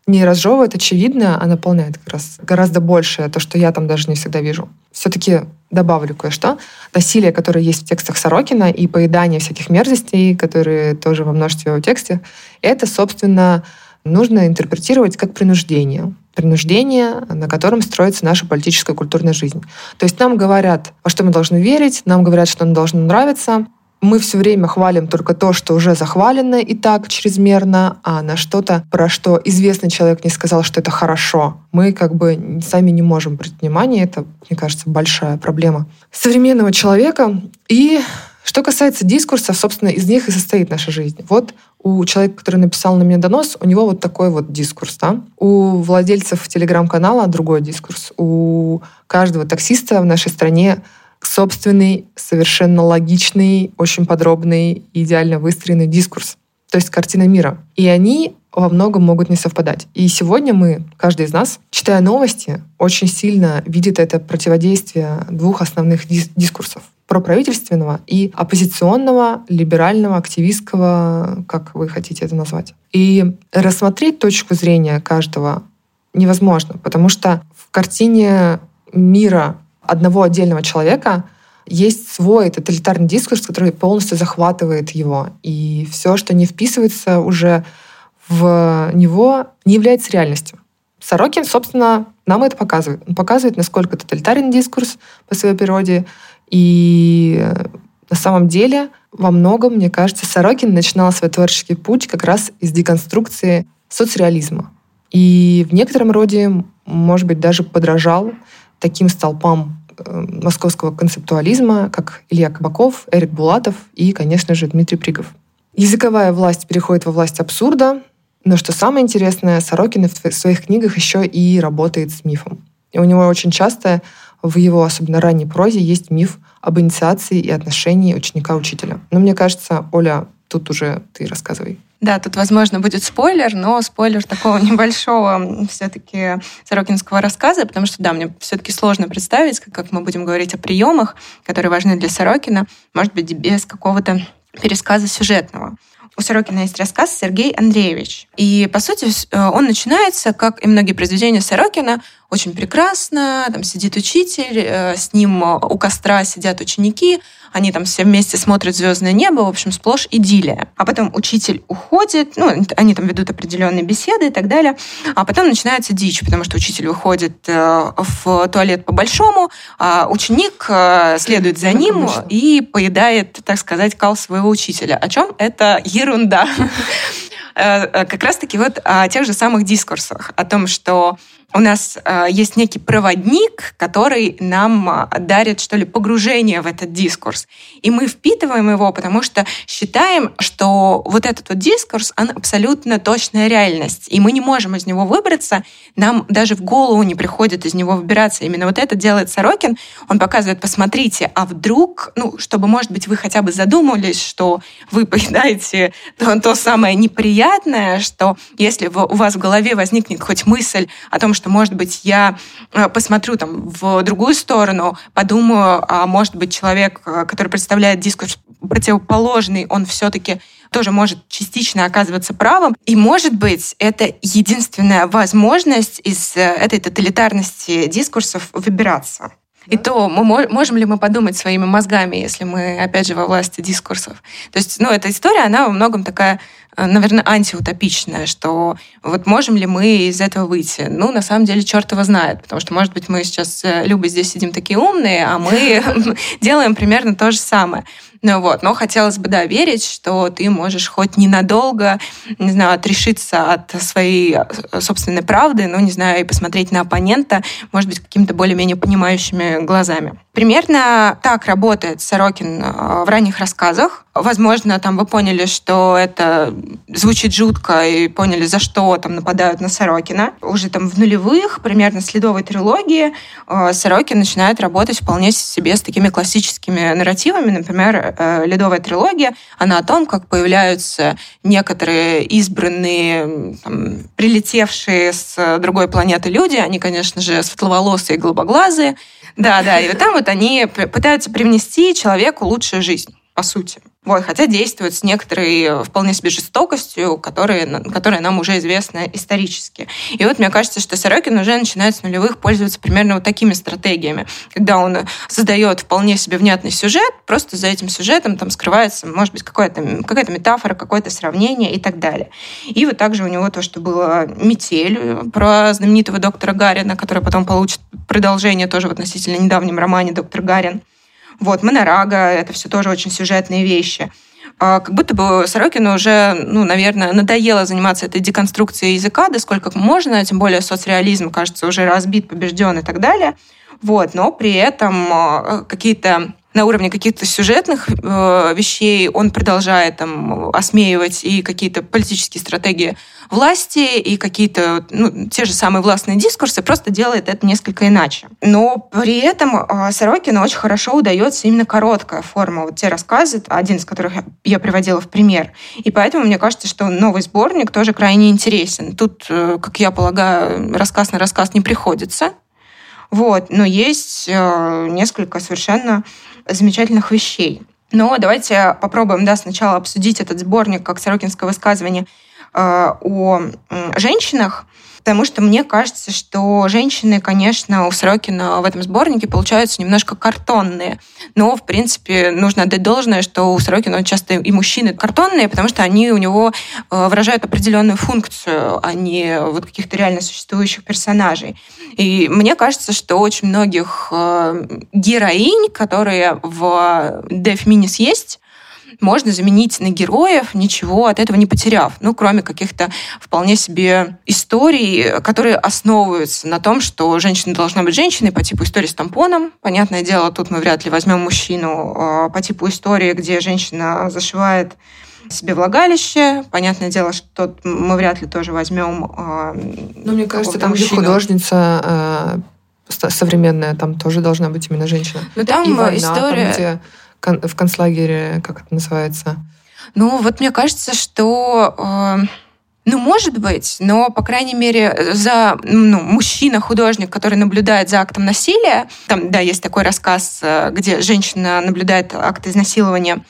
не разжевывает очевидно, а наполняет как раз гораздо больше, то, что я там даже не всегда вижу. Все-таки добавлю кое-что. Насилие, которое есть в текстах Сорокина, и поедание всяких мерзостей, которые тоже во множестве в тексте, это, собственно, нужно интерпретировать как принуждение. Принуждение, на котором строится наша политическая и культурная жизнь. То есть нам говорят, во что мы должны верить, нам говорят, что нам должно нравиться. Мы все время хвалим только то, что уже захвалено и так чрезмерно, а на что-то, про что известный человек не сказал, что это хорошо, мы как бы сами не можем обратить внимание. Это, мне кажется, большая проблема современного человека. И что касается дискурсов, собственно, из них и состоит наша жизнь. Вот у человека, который написал на меня донос, у него вот такой вот дискурс. Да? У владельцев телеграм-канала другой дискурс. У каждого таксиста в нашей стране собственный, совершенно логичный, очень подробный, идеально выстроенный дискурс. То есть картина мира. И они во многом могут не совпадать. И сегодня мы, каждый из нас, читая новости, очень сильно видит это противодействие двух основных дискурсов. Проправительственного и оппозиционного, либерального, активистского, как вы хотите это назвать. И рассмотреть точку зрения каждого невозможно, потому что в картине мира одного отдельного человека есть свой тоталитарный дискурс, который полностью захватывает его. И все, что не вписывается уже в него, не является реальностью. Сорокин, собственно, нам это показывает. Он показывает, насколько тоталитарен дискурс по своей природе. И на самом деле, во многом, мне кажется, Сорокин начинал свой творческий путь как раз из деконструкции соцреализма. И в некотором роде, может быть, даже подражал таким столпам московского концептуализма, как Илья Кабаков, Эрик Булатов и, конечно же, Дмитрий Пригов. Языковая власть переходит во власть абсурда, но что самое интересное, Сорокин в своих книгах еще и работает с мифом. И у него очень часто в его, особенно ранней прозе, есть миф об инициации и отношении ученика-учителя. Но мне кажется, Оля, тут уже ты рассказывай. Да, тут, возможно, будет спойлер, но спойлер такого небольшого все-таки сорокинского рассказа, потому что, да, мне все-таки сложно представить, как мы будем говорить о приемах, которые важны для Сорокина, может быть, без какого-то пересказа сюжетного. У Сорокина есть рассказ «Сергей Андреевич». И, по сути, он начинается, как и многие произведения Сорокина, очень прекрасно. Там сидит учитель, с ним у костра сидят ученики, они там все вместе смотрят звездное небо, в общем, сплошь идиллия. А потом учитель уходит, они там ведут определенные беседы и так далее. А потом начинается дичь, потому что учитель выходит в туалет по-большому, а ученик следует за ним и поедает, так сказать, кал своего учителя. О чем? Это ерунда. Как раз-таки вот о тех же самых дискурсах, о том, что у нас есть некий проводник, который нам дарит, что ли, погружение в этот дискурс. И мы впитываем его, потому что считаем, что вот этот вот дискурс, он абсолютно точная реальность. И мы не можем из него выбраться, нам даже в голову не приходит из него выбираться. Именно вот это делает Сорокин. Он показывает, посмотрите, а вдруг, чтобы, может быть, вы хотя бы задумались, что вы поедаете то самое неприятное, что если у вас в голове возникнет хоть мысль о том, что, может быть, я посмотрю там в другую сторону, подумаю, а может быть, человек, который представляет дискурс противоположный, он все-таки тоже может частично оказываться правым. И, может быть, это единственная возможность из этой тоталитарности дискурсов выбираться. И то можем ли мы подумать своими мозгами, если мы, опять же, во власти дискурсов. То есть, эта история, она во многом такая, наверное, антиутопичная, что вот можем ли мы из этого выйти? На самом деле, черт его знает, потому что, может быть, мы сейчас, Люба, здесь сидим такие умные, а мы делаем примерно то же самое. Но хотелось бы, верить, что ты можешь хоть ненадолго, не знаю, отрешиться от своей собственной правды, и посмотреть на оппонента, может быть, какими-то более-менее понимающими глазами. Примерно так работает Сорокин в ранних рассказах. Возможно, там вы поняли, что это звучит жутко, и поняли, за что там нападают на Сорокина. Уже там в нулевых, примерно с «Ледовой трилогии», Сорокин начинает работать вполне себе с такими классическими нарративами. Например, «Ледовая трилогия», она о том, как появляются некоторые избранные, прилетевшие с другой планеты люди. Они, конечно же, светловолосые и голубоглазые. Да, и вот там вот они пытаются привнести человеку лучшую жизнь, по сути. Хотя действует с некоторой вполне себе жестокостью, которая нам уже известна исторически. И мне кажется, что Сорокин уже начинает с нулевых пользоваться примерно такими стратегиями, когда он создает вполне себе внятный сюжет, просто за этим сюжетом там скрывается, может быть, какая-то метафора, какое-то сравнение и так далее. И также у него то, что было «Метель» про знаменитого доктора Гарина, который потом получит продолжение тоже в относительно недавнем романе «Доктор Гарин». «Монорага» — это все тоже очень сюжетные вещи. Как будто бы Сорокину уже, наверное, надоело заниматься этой деконструкцией языка, да сколько можно, тем более соцреализм, кажется, уже разбит, побежден и так далее. Но при этом на уровне каких-то сюжетных вещей он продолжает осмеивать и какие-то политические стратегии власти, и какие-то те же самые властные дискурсы, просто делает это несколько иначе. Но при этом Сорокину очень хорошо удается именно короткая форма. Те рассказы, один из которых я приводила в пример. И поэтому мне кажется, что новый сборник тоже крайне интересен. Тут, как я полагаю, рассказ на рассказ не приходится. Но есть несколько совершенно замечательных вещей. Но давайте попробуем сначала обсудить этот сборник как сорокинское высказывание о женщинах, потому что мне кажется, что женщины, конечно, у Сорокина в этом сборнике получаются немножко картонные. Но, в принципе, нужно отдать должное, что у Сорокина часто и мужчины картонные, потому что они у него выражают определенную функцию, а не каких-то реально существующих персонажей. И мне кажется, что очень многих героинь, которые в Death Minis есть, можно заменить на героев, ничего от этого не потеряв. Кроме каких-то вполне себе историй, которые основываются на том, что женщина должна быть женщиной, по типу истории с тампоном. Понятное дело, тут мы вряд ли возьмем мужчину по типу истории, где женщина зашивает себе влагалище. Понятное дело, что мы вряд ли тоже возьмем мне кажется, там, где художница современная, там тоже должна быть именно женщина. Там и война, история... там, где в концлагере, как это называется? Мне кажется, что... может быть, но, по крайней мере, мужчина-художник, который наблюдает за актом насилия, там, есть такой рассказ, где женщина наблюдает акт изнасилования.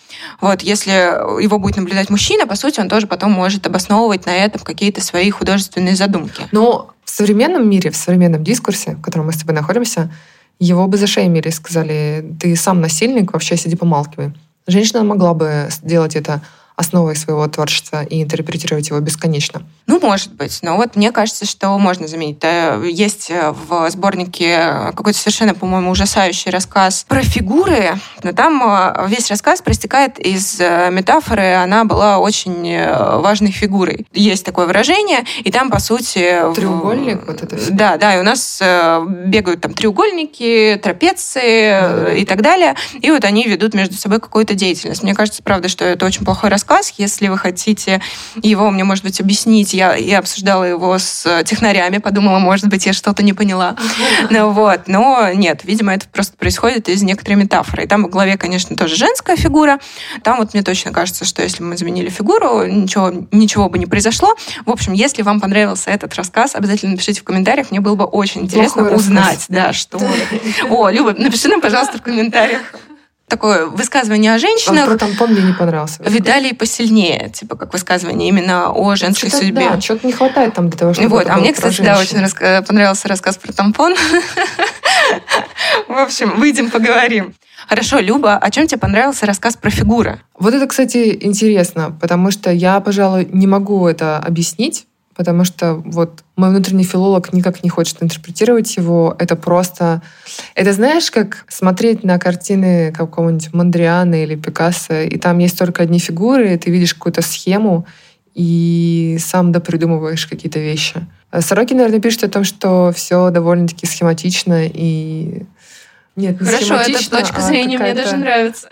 Если его будет наблюдать мужчина, по сути, он тоже потом может обосновывать на этом какие-то свои художественные задумки. Но в современном мире, в современном дискурсе, в котором мы с тобой находимся, его бы зашеймили, сказали: ты сам насильник, вообще сиди помалкивай. Женщина могла бы сделать это основой своего творчества и интерпретировать его бесконечно. Может быть. Но мне кажется, что можно заменить. Есть в сборнике какой-то совершенно, по-моему, ужасающий рассказ про фигуры, но там весь рассказ проистекает из метафоры. Она была очень важной фигурой. Есть такое выражение, и там, по сути... Треугольник, это все? Да, и у нас бегают там треугольники, трапеции и так далее, и они ведут между собой какую-то деятельность. Мне кажется, правда, что это очень плохой рассказ. Если вы хотите его мне, может быть, объяснить, я обсуждала его с технарями, подумала, может быть, я что-то не поняла. Но нет, видимо, это просто происходит из некоторой метафоры. И там в главе, конечно, тоже женская фигура. Там мне точно кажется, что если бы мы заменили фигуру, ничего бы не произошло. В общем, если вам понравился этот рассказ, обязательно напишите в комментариях. Мне было бы очень интересно узнать, что... Люба, напиши нам, пожалуйста, в комментариях. Такое высказывание о женщинах. Про тампон мне не понравился. Видали и посильнее, как высказывание именно о женской судьбе. Да, что-то не хватает там для того, чтобы а мне, кстати, очень понравился рассказ про тампон. В общем, выйдем, поговорим. Хорошо, Люба, о чем тебе понравился рассказ про фигуры? Это, кстати, интересно, потому что я, пожалуй, не могу это объяснить, потому что мой внутренний филолог никак не хочет интерпретировать его. Это просто... Это, знаешь, как смотреть на картины какого-нибудь Мондриана или Пикассо, и там есть только одни фигуры, и ты видишь какую-то схему, и сам допридумываешь какие-то вещи. Сорокин, наверное, пишет о том, что все довольно-таки схематично и... Нет, не хорошо, схематично, эта точка зрения мне даже нравится.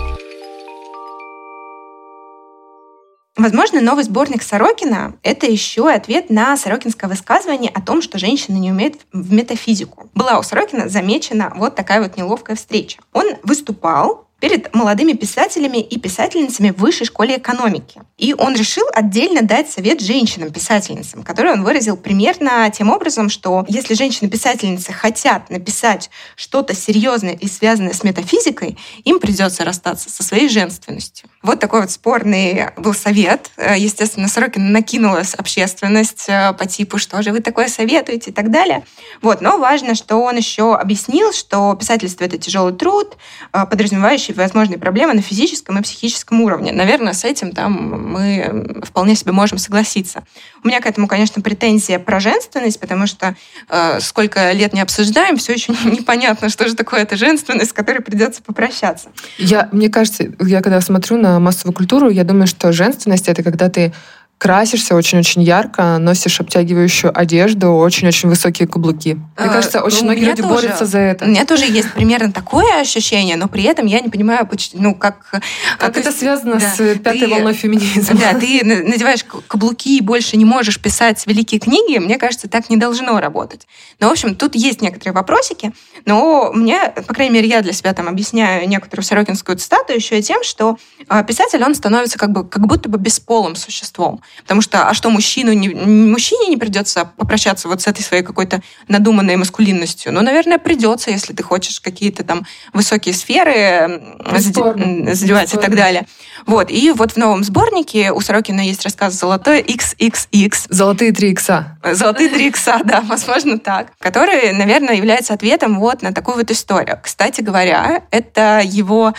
Возможно, новый сборник Сорокина — это еще и ответ на сорокинское высказывание о том, что женщина не умеет в метафизику. Была у Сорокина замечена такая неловкая встреча. Он выступал перед молодыми писателями и писательницами в Высшей школе экономики. И он решил отдельно дать совет женщинам-писательницам, который он выразил примерно тем образом, что если женщины-писательницы хотят написать что-то серьезное и связанное с метафизикой, им придется расстаться со своей женственностью. Вот такой вот спорный был совет. Естественно, Сорокина накинулась общественность по типу, что же вы такое советуете и так далее. Вот. Но важно, что он еще объяснил, что писательство — это тяжелый труд, подразумевающий возможные проблемы на физическом и психическом уровне. Наверное, с этим там мы вполне себе можем согласиться. У меня к этому, конечно, претензия про женственность, потому что сколько лет не обсуждаем, все еще непонятно, что же такое эта женственность, с которой придется попрощаться. Мне кажется, я когда смотрю на массовую культуру, я думаю, что женственность — это когда ты красишься очень-очень ярко, носишь обтягивающую одежду, очень-очень высокие каблуки. Мне кажется, очень многие люди борются за это. У меня тоже есть примерно такое ощущение, но при этом я не понимаю, как это связано с пятой волной феминизма. Да, ты надеваешь каблуки и больше не можешь писать великие книги. Мне кажется, так не должно работать. Но, в общем, тут есть некоторые вопросики, но мне, по крайней мере, я для себя там объясняю некоторую сорокинскую цитату еще и тем, что писатель, он становится как будто бы бесполым существом. Потому что, что мужчине не придется попрощаться вот с этой своей какой-то надуманной маскулинностью? Ну, наверное, придется, если ты хочешь какие-то там высокие сферы задевать и так далее. Вот. И вот в новом сборнике у Сорокина есть рассказ «Золотой XXX». Золотые 3 икса. Золотые 3 икса, да, возможно, так. Который, наверное, является ответом вот на такую вот историю. Кстати говоря, это его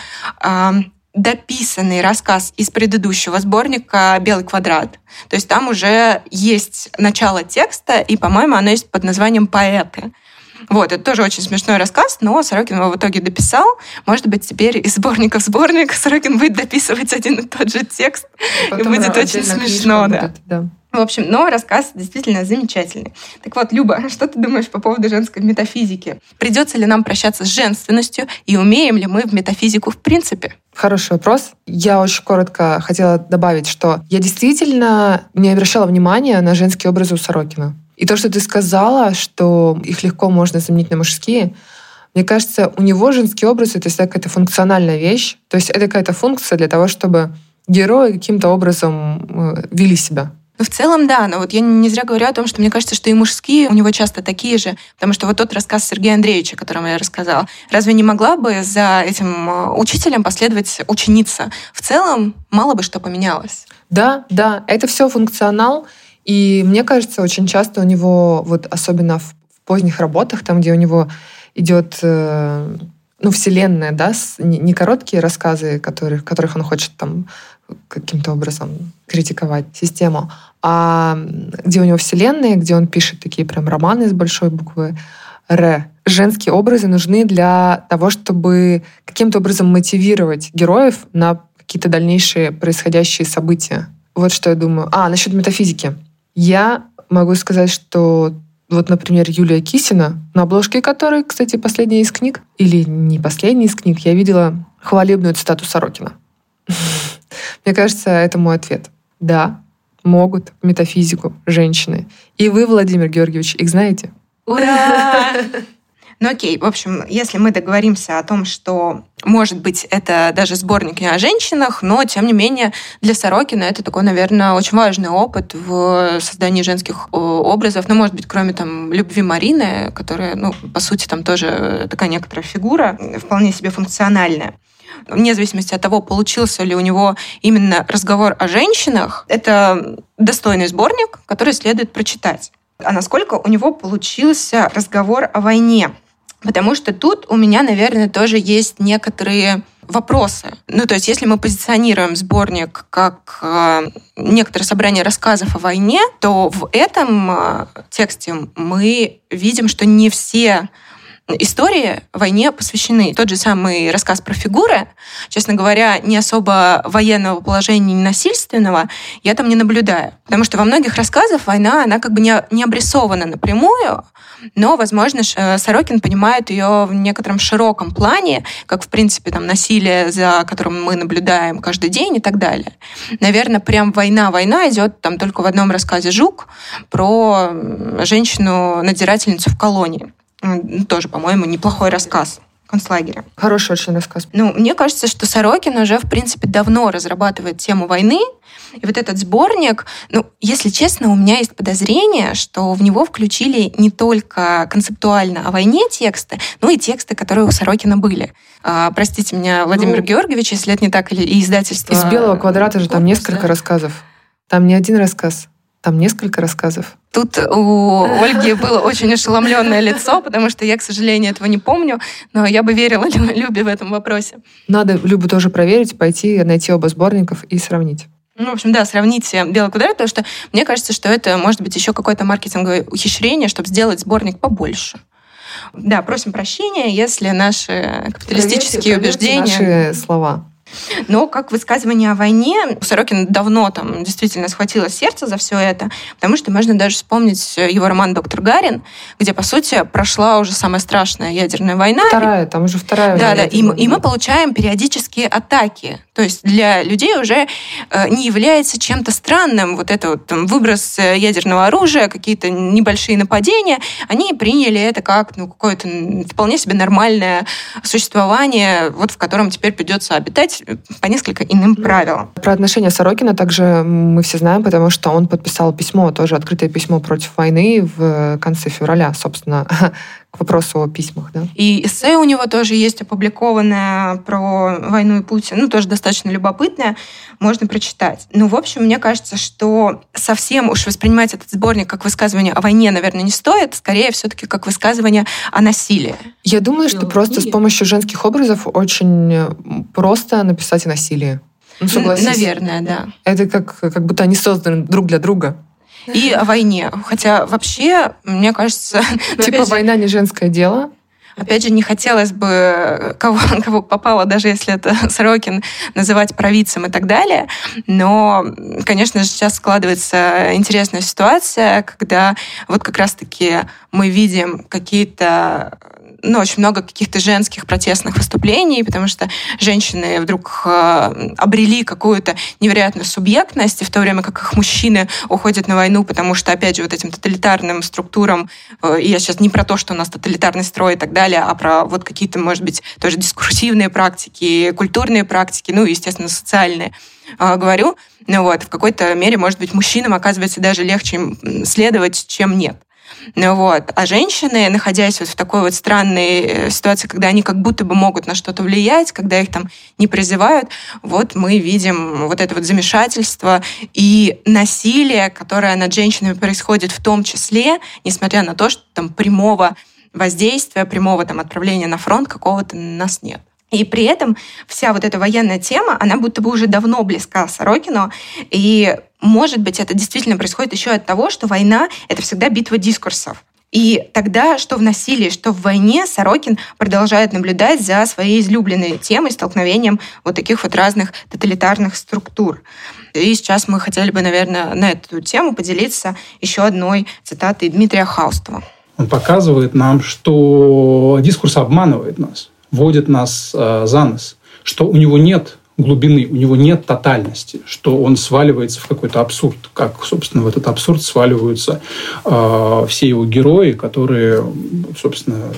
дописанный рассказ из предыдущего сборника «Белый квадрат». То есть там уже есть начало текста, и, по-моему, оно есть под названием «Поэты». Вот, это тоже очень смешной рассказ, но Сорокин его в итоге дописал. Может быть, теперь из сборника в сборник Сорокин будет дописывать один и тот же текст, потом и будет очень смешно. Да. В общем, но рассказ действительно замечательный. Так вот, Люба, что ты думаешь по поводу женской метафизики? Придется ли нам прощаться с женственностью, и умеем ли мы в метафизику в принципе? Хороший вопрос. Я очень коротко хотела добавить, что я действительно не обращала внимания на женские образы у Сорокина. И то, что ты сказала, что их легко можно заменить на мужские, мне кажется, у него женские образы — это всегда какая-то функциональная вещь. То есть это какая-то функция для того, чтобы герои каким-то образом вели себя. Ну, в целом, да. Но вот я не зря говорю о том, что мне кажется, что и мужские у него часто такие же. Потому что вот тот рассказ Сергея Андреевича, о котором я рассказала, разве не могла бы за этим учителем последовать ученица? В целом, мало бы что поменялось. Да, это все функционал. И мне кажется, очень часто у него, вот особенно в поздних работах, там, где у него идет вселенная, да, не короткие рассказы, которых он хочет там каким-то образом критиковать систему, а где у него вселенная, где он пишет такие прям романы с большой буквы «Р». Женские образы нужны для того, чтобы каким-то образом мотивировать героев на какие-то дальнейшие происходящие события. Вот что я думаю. Насчет метафизики. Я могу сказать, что вот, например, Юлия Кисина, на обложке которой, кстати, последняя из книг, или не последняя из книг, я видела хвалебную цитату Сорокина. Мне кажется, это мой ответ. Да, могут метафизику женщины. И вы, Владимир Георгиевич, их знаете? Ура! Ну окей, в общем, если мы договоримся о том, что, может быть, это даже сборник не о женщинах, но, тем не менее, для Сорокина это такой, наверное, очень важный опыт в создании женских образов. Ну, может быть, кроме там любви Марины, которая, по сути, там тоже такая некоторая фигура, вполне себе функциональная. Вне зависимости от того, получился ли у него именно разговор о женщинах, это достойный сборник, который следует прочитать. А насколько у него получился разговор о войне? Потому что тут у меня, наверное, тоже есть некоторые вопросы. То есть если мы позиционируем сборник как некоторое собрание рассказов о войне, то в этом тексте мы видим, что не все истории войне посвящены. Тот же самый рассказ про фигуры, честно говоря, не особо военного положения, не насильственного, я там не наблюдаю. Потому что во многих рассказах война, она как бы не обрисована напрямую, но, возможно, Сорокин понимает ее в некотором широком плане, как, в принципе, там, насилие, за которым мы наблюдаем каждый день и так далее. Наверное, прям война идет там только в одном рассказе «Жук» про женщину-надзирательницу в колонии. Тоже, по-моему, неплохой рассказ, концлагере. Хороший очень рассказ. Мне кажется, что Сорокин уже, в принципе, давно разрабатывает тему войны. И вот этот сборник, если честно, у меня есть подозрение, что в него включили не только концептуально о войне тексты, но и тексты, которые у Сорокина были. Простите меня, Владимир Георгиевич, если это не так, или издательство... Из «Белого квадрата» же там несколько рассказов. Там не один рассказ. Там несколько рассказов. Тут у Ольги было очень ошеломленное лицо, потому что я, к сожалению, этого не помню, но я бы верила Любе в этом вопросе. Надо Любу тоже проверить, пойти, найти оба сборников и сравнить. В общем, да, сравните «Белый квадрат», потому что мне кажется, что это может быть еще какое-то маркетинговое ухищрение, чтобы сделать сборник побольше. Да, просим прощения, если наши капиталистические убеждения... Наши слова. Но как высказывание о войне, Сорокин давно там действительно схватило сердце за все это, потому что можно даже вспомнить его роман «Доктор Гарин», где, по сути, прошла уже самая страшная ядерная война. Там уже вторая. Да, и мы получаем периодические атаки. То есть для людей уже не является чем-то странным вот это вот выброс ядерного оружия, какие-то небольшие нападения. Они приняли это как какое-то вполне себе нормальное существование, вот в котором теперь придется обитать по несколько иным правилам. Про отношения Сорокина также мы все знаем, потому что он подписал письмо, тоже открытое письмо против войны в конце февраля, собственно, к вопросу о письмах. Да? И эссе у него тоже есть опубликованное про войну и Путин, тоже достаточно любопытное, можно прочитать. В общем, мне кажется, что совсем уж воспринимать этот сборник как высказывание о войне, наверное, не стоит, скорее все-таки как высказывание о насилии. Я думаю, что просто с помощью женских образов очень просто написать о насилии. Согласись. Наверное, да. Это как будто они созданы друг для друга. И о войне. Хотя вообще, мне кажется... война не женское дело. Опять же, не хотелось бы кого попало, даже если это Сорокин, называть провидцем и так далее. Но, конечно же, сейчас складывается интересная ситуация, когда вот как раз-таки мы видим какие-то очень много каких-то женских протестных выступлений, потому что женщины вдруг обрели какую-то невероятную субъектность, и в то время как их мужчины уходят на войну, потому что, опять же, вот этим тоталитарным структурам, и я сейчас не про то, что у нас тоталитарный строй и так далее, а про вот какие-то, может быть, тоже дискурсивные практики, культурные практики, и, естественно, социальные говорю. В какой-то мере, может быть, мужчинам оказывается даже легче следовать, чем нет. А женщины, находясь в такой вот странной ситуации, когда они как будто бы могут на что-то влиять, когда их там не призывают, мы видим вот это вот замешательство и насилие, которое над женщинами происходит в том числе, несмотря на то, что там прямого воздействия, прямого отправления на фронт какого-то у нас нет. И при этом вся вот эта военная тема, она будто бы уже давно близка Сорокину. И, может быть, это действительно происходит еще от того, что война — это всегда битва дискурсов. И тогда, что в насилии, что в войне, Сорокин продолжает наблюдать за своей излюбленной темой, столкновением вот таких вот разных тоталитарных структур. И сейчас мы хотели бы, наверное, на эту тему поделиться еще одной цитатой Дмитрия Хаустова. Он показывает нам, что дискурс обманывает нас, вводит нас за нос, что у него нет глубины, у него нет тотальности, что он сваливается в какой-то абсурд, как, собственно, в этот абсурд сваливаются все его герои, которые, собственно,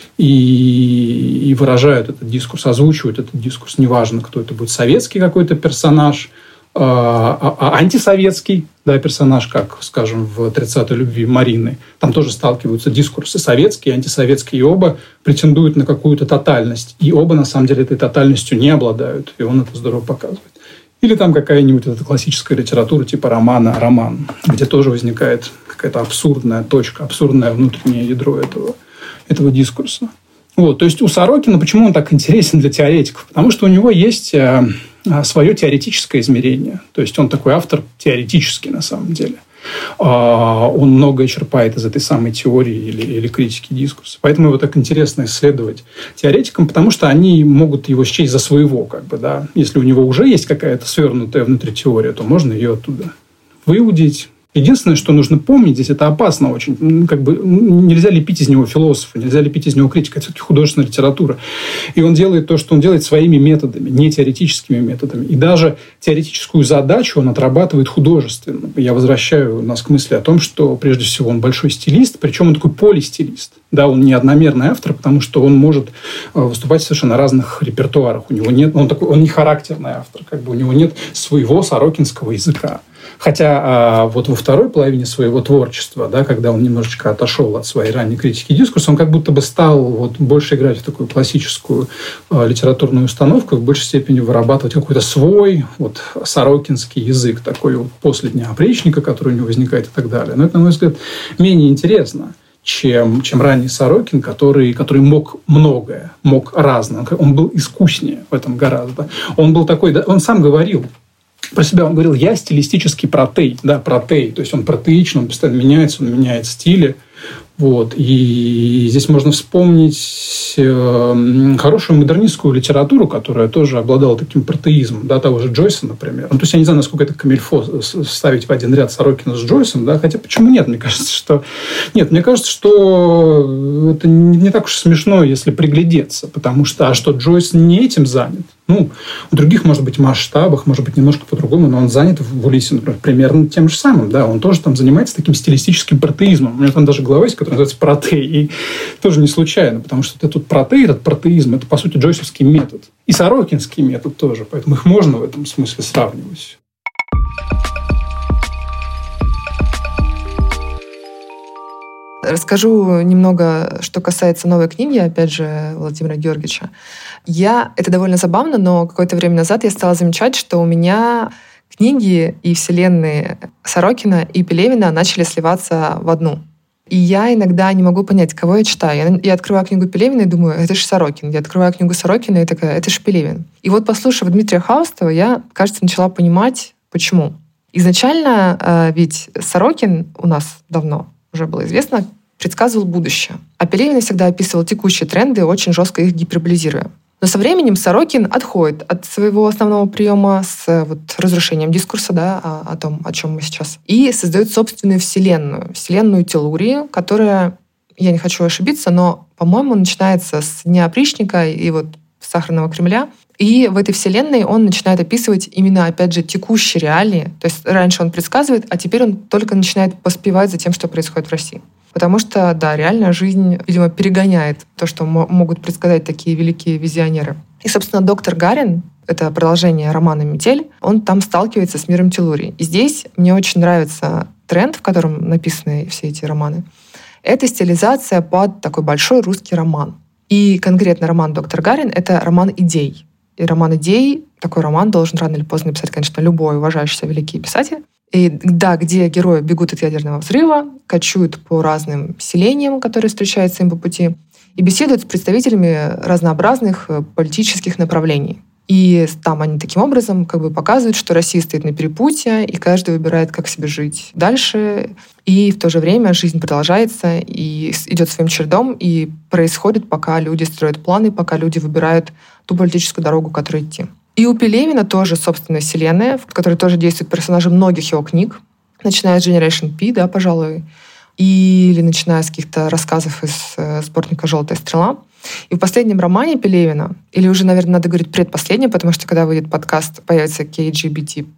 и выражают этот дискурс, озвучивают этот дискурс. Неважно, кто это будет, советский какой-то персонаж, антисоветский персонаж, как, скажем, в «30-й любви» Марины. Там тоже сталкиваются дискурсы советские, антисоветские, и оба претендуют на какую-то тотальность. И оба, на самом деле, этой тотальностью не обладают. И он это здорово показывает. Или там какая-нибудь эта классическая литература типа романа «Роман», где тоже возникает какая-то абсурдная точка, абсурдное внутреннее ядро этого дискурса. То есть у Сорокина, почему он так интересен для теоретиков? Потому что у него есть свое теоретическое измерение. То есть он такой автор теоретический на самом деле. Он многое черпает из этой самой теории или критики дискурса. Поэтому его так интересно исследовать теоретикам, потому что они могут его счесть за своего. Если у него уже есть какая-то свернутая внутри теория, то можно ее оттуда выудить, Единственное, что нужно помнить, здесь это опасно очень. Нельзя лепить из него философа, нельзя лепить из него критика. Это все-таки художественная литература. И он делает то, что он делает своими методами, не теоретическими методами. И даже теоретическую задачу он отрабатывает художественно. Я возвращаю нас к мысли о том, что прежде всего он большой стилист, причем он такой полистилист. Да, он не одномерный автор, потому что он может выступать в совершенно разных репертуарах. У него нет, он не характерный автор, у него нет своего сорокинского языка. Хотя вот во второй половине своего творчества, да, когда он немножечко отошел от своей ранней критики дискурса, он как будто бы стал больше играть в такую классическую литературную установку, в большей степени вырабатывать какой-то свой сорокинский язык, такой после Дня опричника, который у него возникает и так далее. Но это, на мой взгляд, менее интересно, чем ранний Сорокин, который мог многое, мог разное. Он был искуснее в этом гораздо. Он был такой, да, он сам говорил про себя, он говорил: я стилистический протей. Да, протей. То есть он протеичен, он постоянно меняется, он меняет стили. И здесь можно вспомнить хорошую модернистскую литературу, которая тоже обладала таким протеизмом, да, того же Джойса, например. То есть я не знаю, насколько это камильфо ставить в один ряд Сорокина с Джойсом, да, хотя почему нет? Мне кажется, что это не так уж смешно, если приглядеться, потому что Джойс не этим занят. У других, может быть, масштабах, может быть, немножко по-другому, но он занят в Улиссе, например, примерно тем же самым. Да? Он тоже там занимается таким стилистическим протеизмом. У меня там даже глава есть, которая называется «Протей». И тоже не случайно, потому что этот протей, этот протеизм, это, по сути, джойсовский метод. И сорокинский метод тоже. Поэтому их можно в этом смысле сравнивать. Расскажу немного, что касается новой книги, опять же, Владимира Георгиевича. Это довольно забавно, но какое-то время назад я стала замечать, что у меня книги и вселенные Сорокина и Пелевина начали сливаться в одну. И я иногда не могу понять, кого я читаю. Я открываю книгу Пелевина и думаю: это же Сорокин. Я открываю книгу Сорокина и такая: это же Пелевин. И послушав Дмитрия Хаустова, я, кажется, начала понимать, почему. Изначально ведь Сорокин у нас давно уже было известно, предсказывал будущее. А Пелевин всегда описывал текущие тренды, очень жестко их гиперболизируя. Но со временем Сорокин отходит от своего основного приема с разрушением дискурса, да, о том, о чем мы сейчас, и создает собственную вселенную Теллурии, которая, я не хочу ошибиться, но, по-моему, начинается с Дня опричника и Сахарного Кремля. И в этой вселенной он начинает описывать именно, опять же, текущие реалии. То есть раньше он предсказывает, а теперь он только начинает поспевать за тем, что происходит в России. Потому что, да, реальная жизнь, видимо, перегоняет то, что могут предсказать такие великие визионеры. И, собственно, доктор Гарин, это продолжение романа «Метель», он там сталкивается с миром Теллурии. И здесь мне очень нравится тренд, в котором написаны все эти романы. Это стилизация под такой большой русский роман. И конкретно роман «Доктор Гарин» — это роман идей. И роман идей, такой роман должен рано или поздно написать, конечно, любой уважающийся великий писатель. И да, где герои бегут от ядерного взрыва, кочуют по разным селениям, которые встречаются им по пути, и беседуют с представителями разнообразных политических направлений. И там они таким образом показывают, что Россия стоит на перепутье, и каждый выбирает, как себе жить дальше. И в то же время жизнь продолжается и идет своим чередом, и происходит, пока люди строят планы, пока люди выбирают ту политическую дорогу, которой идти. И у Пелевина тоже собственная вселенная, в которой тоже действуют персонажи многих его книг, начиная с Generation P, да, пожалуй, или начиная с каких-то рассказов из сборника «Желтая стрела». И в последнем романе Пелевина, или уже, наверное, надо говорить предпоследнем, потому что когда выйдет подкаст, появится LGBT+,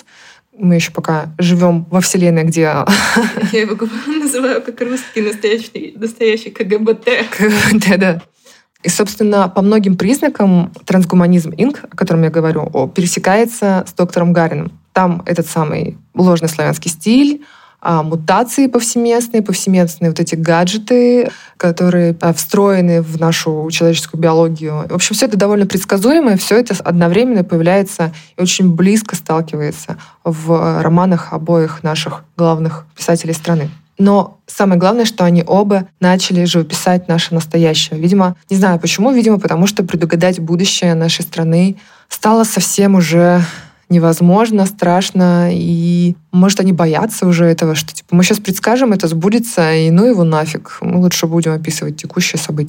мы еще пока живем во вселенной, где... Я его называю как русский настоящий КГБТ. КГБТ, да. И, собственно, по многим признакам трансгуманизм Инк, о котором я говорю, пересекается с доктором Гариным. Там этот самый ложный славянский стиль, мутации повсеместные эти гаджеты, которые встроены в нашу человеческую биологию. В общем, все это довольно предсказуемо, и все это одновременно появляется и очень близко сталкивается в романах обоих наших главных писателей страны. Но самое главное, что они оба начали живописать наше настоящее. Видимо, не знаю почему, потому что предугадать будущее нашей страны стало совсем уже невозможно, страшно, и, может, они боятся уже этого, что мы сейчас предскажем, это сбудется, и ну его нафиг, мы лучше будем описывать текущие события.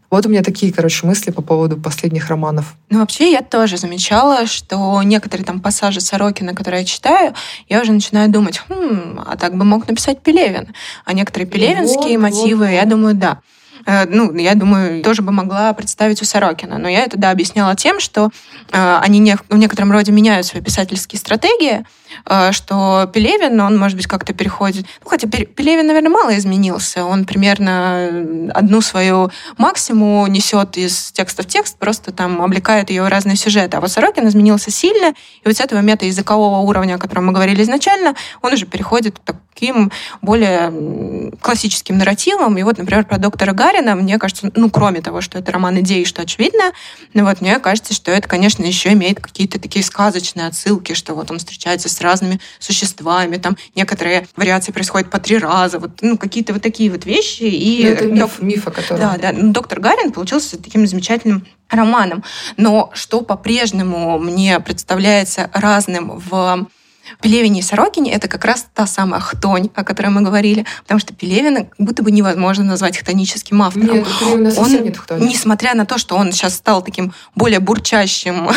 Вот у меня такие, мысли по поводу последних романов. Вообще, я тоже замечала, что некоторые там пассажи Сорокина, которые я читаю, я уже начинаю думать, а так бы мог написать Пелевин. А некоторые пелевинские мотивы, я думаю, да. Я думаю, тоже бы могла представить у Сорокина. Но я это, объясняла тем, что они в некотором роде меняют свои писательские стратегии, что Пелевин, он, может быть, как-то переходит... Хотя Пелевин, наверное, мало изменился. Он примерно одну свою максиму несет из текста в текст, просто там облекает ее в разные сюжеты. А вот Сорокин изменился сильно, и вот с этого метаязыкового уровня, о котором мы говорили изначально, он уже переходит к таким более классическим нарративам. И вот, например, про доктора Гарина, мне кажется, кроме того, что это роман идеи, что очевидно, мне кажется, что это, конечно, еще имеет какие-то такие сказочные отсылки, что вот он встречается с разными существами, там некоторые вариации происходят по 3 раза, какие-то вот такие вот вещи. И это миф, о котором... Да. Доктор Гарин получился таким замечательным романом. Но что по-прежнему мне представляется разным в Пелевине и Сорокине, это как раз та самая хтонь, о которой мы говорили, потому что Пелевина как будто бы невозможно назвать хтоническим автором. Нет, у Пелевина совсем нет хтони. Несмотря на то, что он сейчас стал таким более бурчащим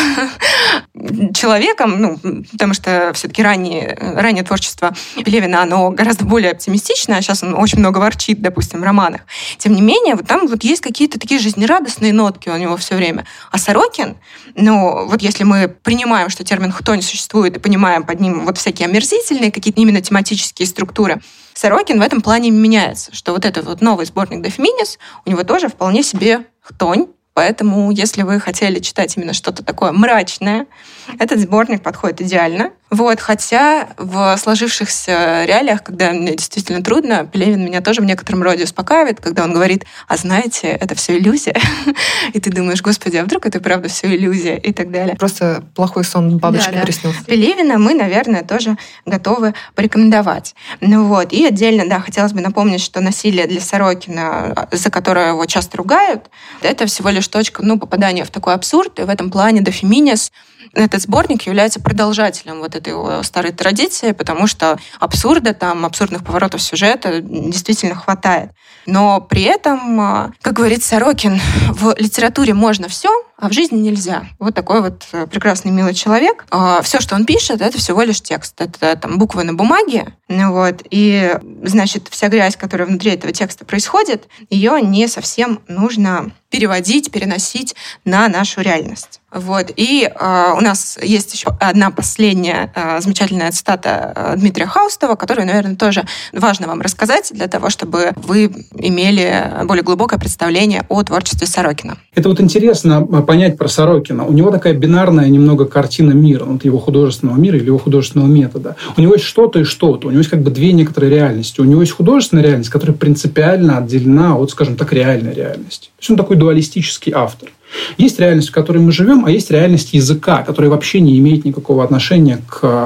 человеком, потому что все-таки раннее творчество Пелевина, оно гораздо более оптимистичное, а сейчас он очень много ворчит, допустим, в романах. Тем не менее, там есть какие-то такие жизнерадостные нотки у него все время. А Сорокин, если мы принимаем, что термин хтонь существует, и понимаем под ним всякие омерзительные, какие-то именно тематические структуры, Сорокин в этом плане меняется, что этот новый сборник «De Feminis», у него тоже вполне себе хтонь. Поэтому, если вы хотели читать именно что-то такое мрачное, этот сборник подходит идеально. Хотя в сложившихся реалиях, когда мне действительно трудно, Пелевин меня тоже в некотором роде успокаивает, когда он говорит, знаете, это все иллюзия. И ты думаешь, господи, а вдруг это правда все иллюзия и так далее. Просто плохой сон бабочки приснился. Пелевина мы, наверное, тоже готовы порекомендовать. И отдельно, хотелось бы напомнить, что насилие для Сорокина, за которое его часто ругают, это всего лишь точка попадания в такой абсурд. И в этом плане «De Feminis» этот сборник является продолжателем этой старой традиции, потому что абсурдных поворотов сюжета действительно хватает. Но при этом, как говорит Сорокин, в литературе можно все, а в жизни нельзя. Такой прекрасный, милый человек. Все, что он пишет, это всего лишь текст. Это буквы на бумаге. И, значит, вся грязь, которая внутри этого текста происходит, ее не совсем нужно переводить, переносить на нашу реальность. И у нас есть еще одна последняя замечательная цитата Дмитрия Хаустова, которую, наверное, тоже важно вам рассказать для того, чтобы вы имели более глубокое представление о творчестве Сорокина. Это интересно понять про Сорокина. У него такая бинарная немного картина мира, его художественного мира или его художественного метода. У него есть что-то и что-то. У него есть две некоторые реальности. У него есть художественная реальность, которая принципиально отделена от, скажем так, реальной реальности. То есть он такой дуалистический автор. Есть реальность, в которой мы живем, а есть реальность языка, которая вообще не имеет никакого отношения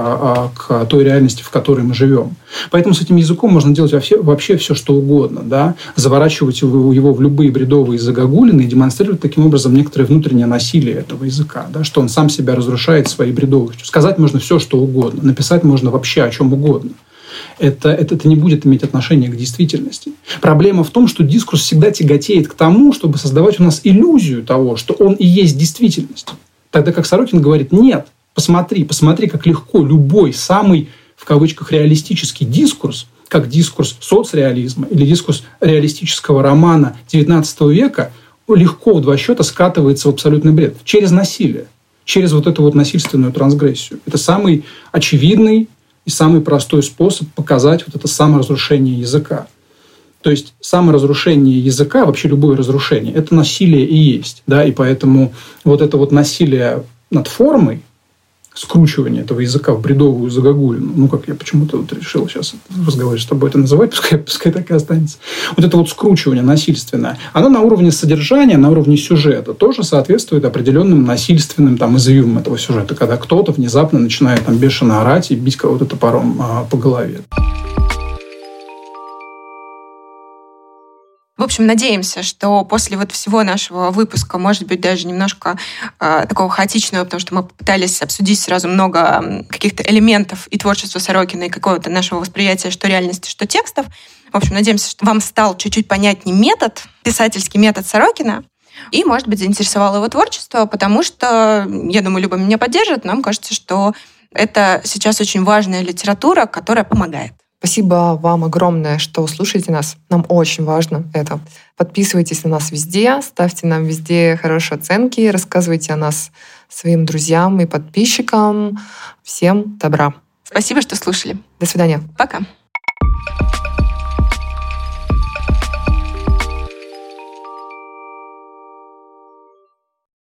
к той реальности, в которой мы живем. Поэтому с этим языком можно делать вообще все, что угодно. Да? Заворачивать его в любые бредовые загогулины и демонстрировать таким образом некоторое внутреннее насилие этого языка, да? Что он сам себя разрушает своей бредовостью. Сказать можно все, что угодно. Написать можно вообще о чем угодно. Это не будет иметь отношения к действительности. Проблема в том, что дискурс всегда тяготеет к тому, чтобы создавать у нас иллюзию того, что он и есть действительность. Тогда как Сорокин говорит, нет, посмотри, как легко любой самый, в кавычках, реалистический дискурс, как дискурс соцреализма или дискурс реалистического романа XIX века, легко в 2 счета скатывается в абсолютный бред. Через насилие, через эту насильственную трансгрессию. Это самый очевидный и самый простой способ показать это саморазрушение языка. То есть саморазрушение языка, вообще любое разрушение, это насилие и есть. Да? И поэтому это насилие над формой, скручивание этого языка в бредовую загогулину, как я почему-то решил сейчас в разговоре с тобой это называть, пускай так и останется. Это скручивание насильственное, оно на уровне содержания, на уровне сюжета тоже соответствует определенным насильственным извивам этого сюжета, когда кто-то внезапно начинает бешено орать и бить кого-то топором по голове. В общем, надеемся, что после всего нашего выпуска, может быть, даже немножко такого хаотичного, потому что мы попытались обсудить сразу много каких-то элементов и творчества Сорокина, и какого-то нашего восприятия, что реальности, что текстов. В общем, надеемся, что вам стал чуть-чуть понятнее писательский метод Сорокина. И, может быть, заинтересовало его творчество, потому что, я думаю, Люба меня поддержит, нам кажется, что это сейчас очень важная литература, которая помогает. Спасибо вам огромное, что слушаете нас. Нам очень важно это. Подписывайтесь на нас везде, ставьте нам везде хорошие оценки, рассказывайте о нас своим друзьям и подписчикам. Всем добра. Спасибо, что слушали. До свидания. Пока.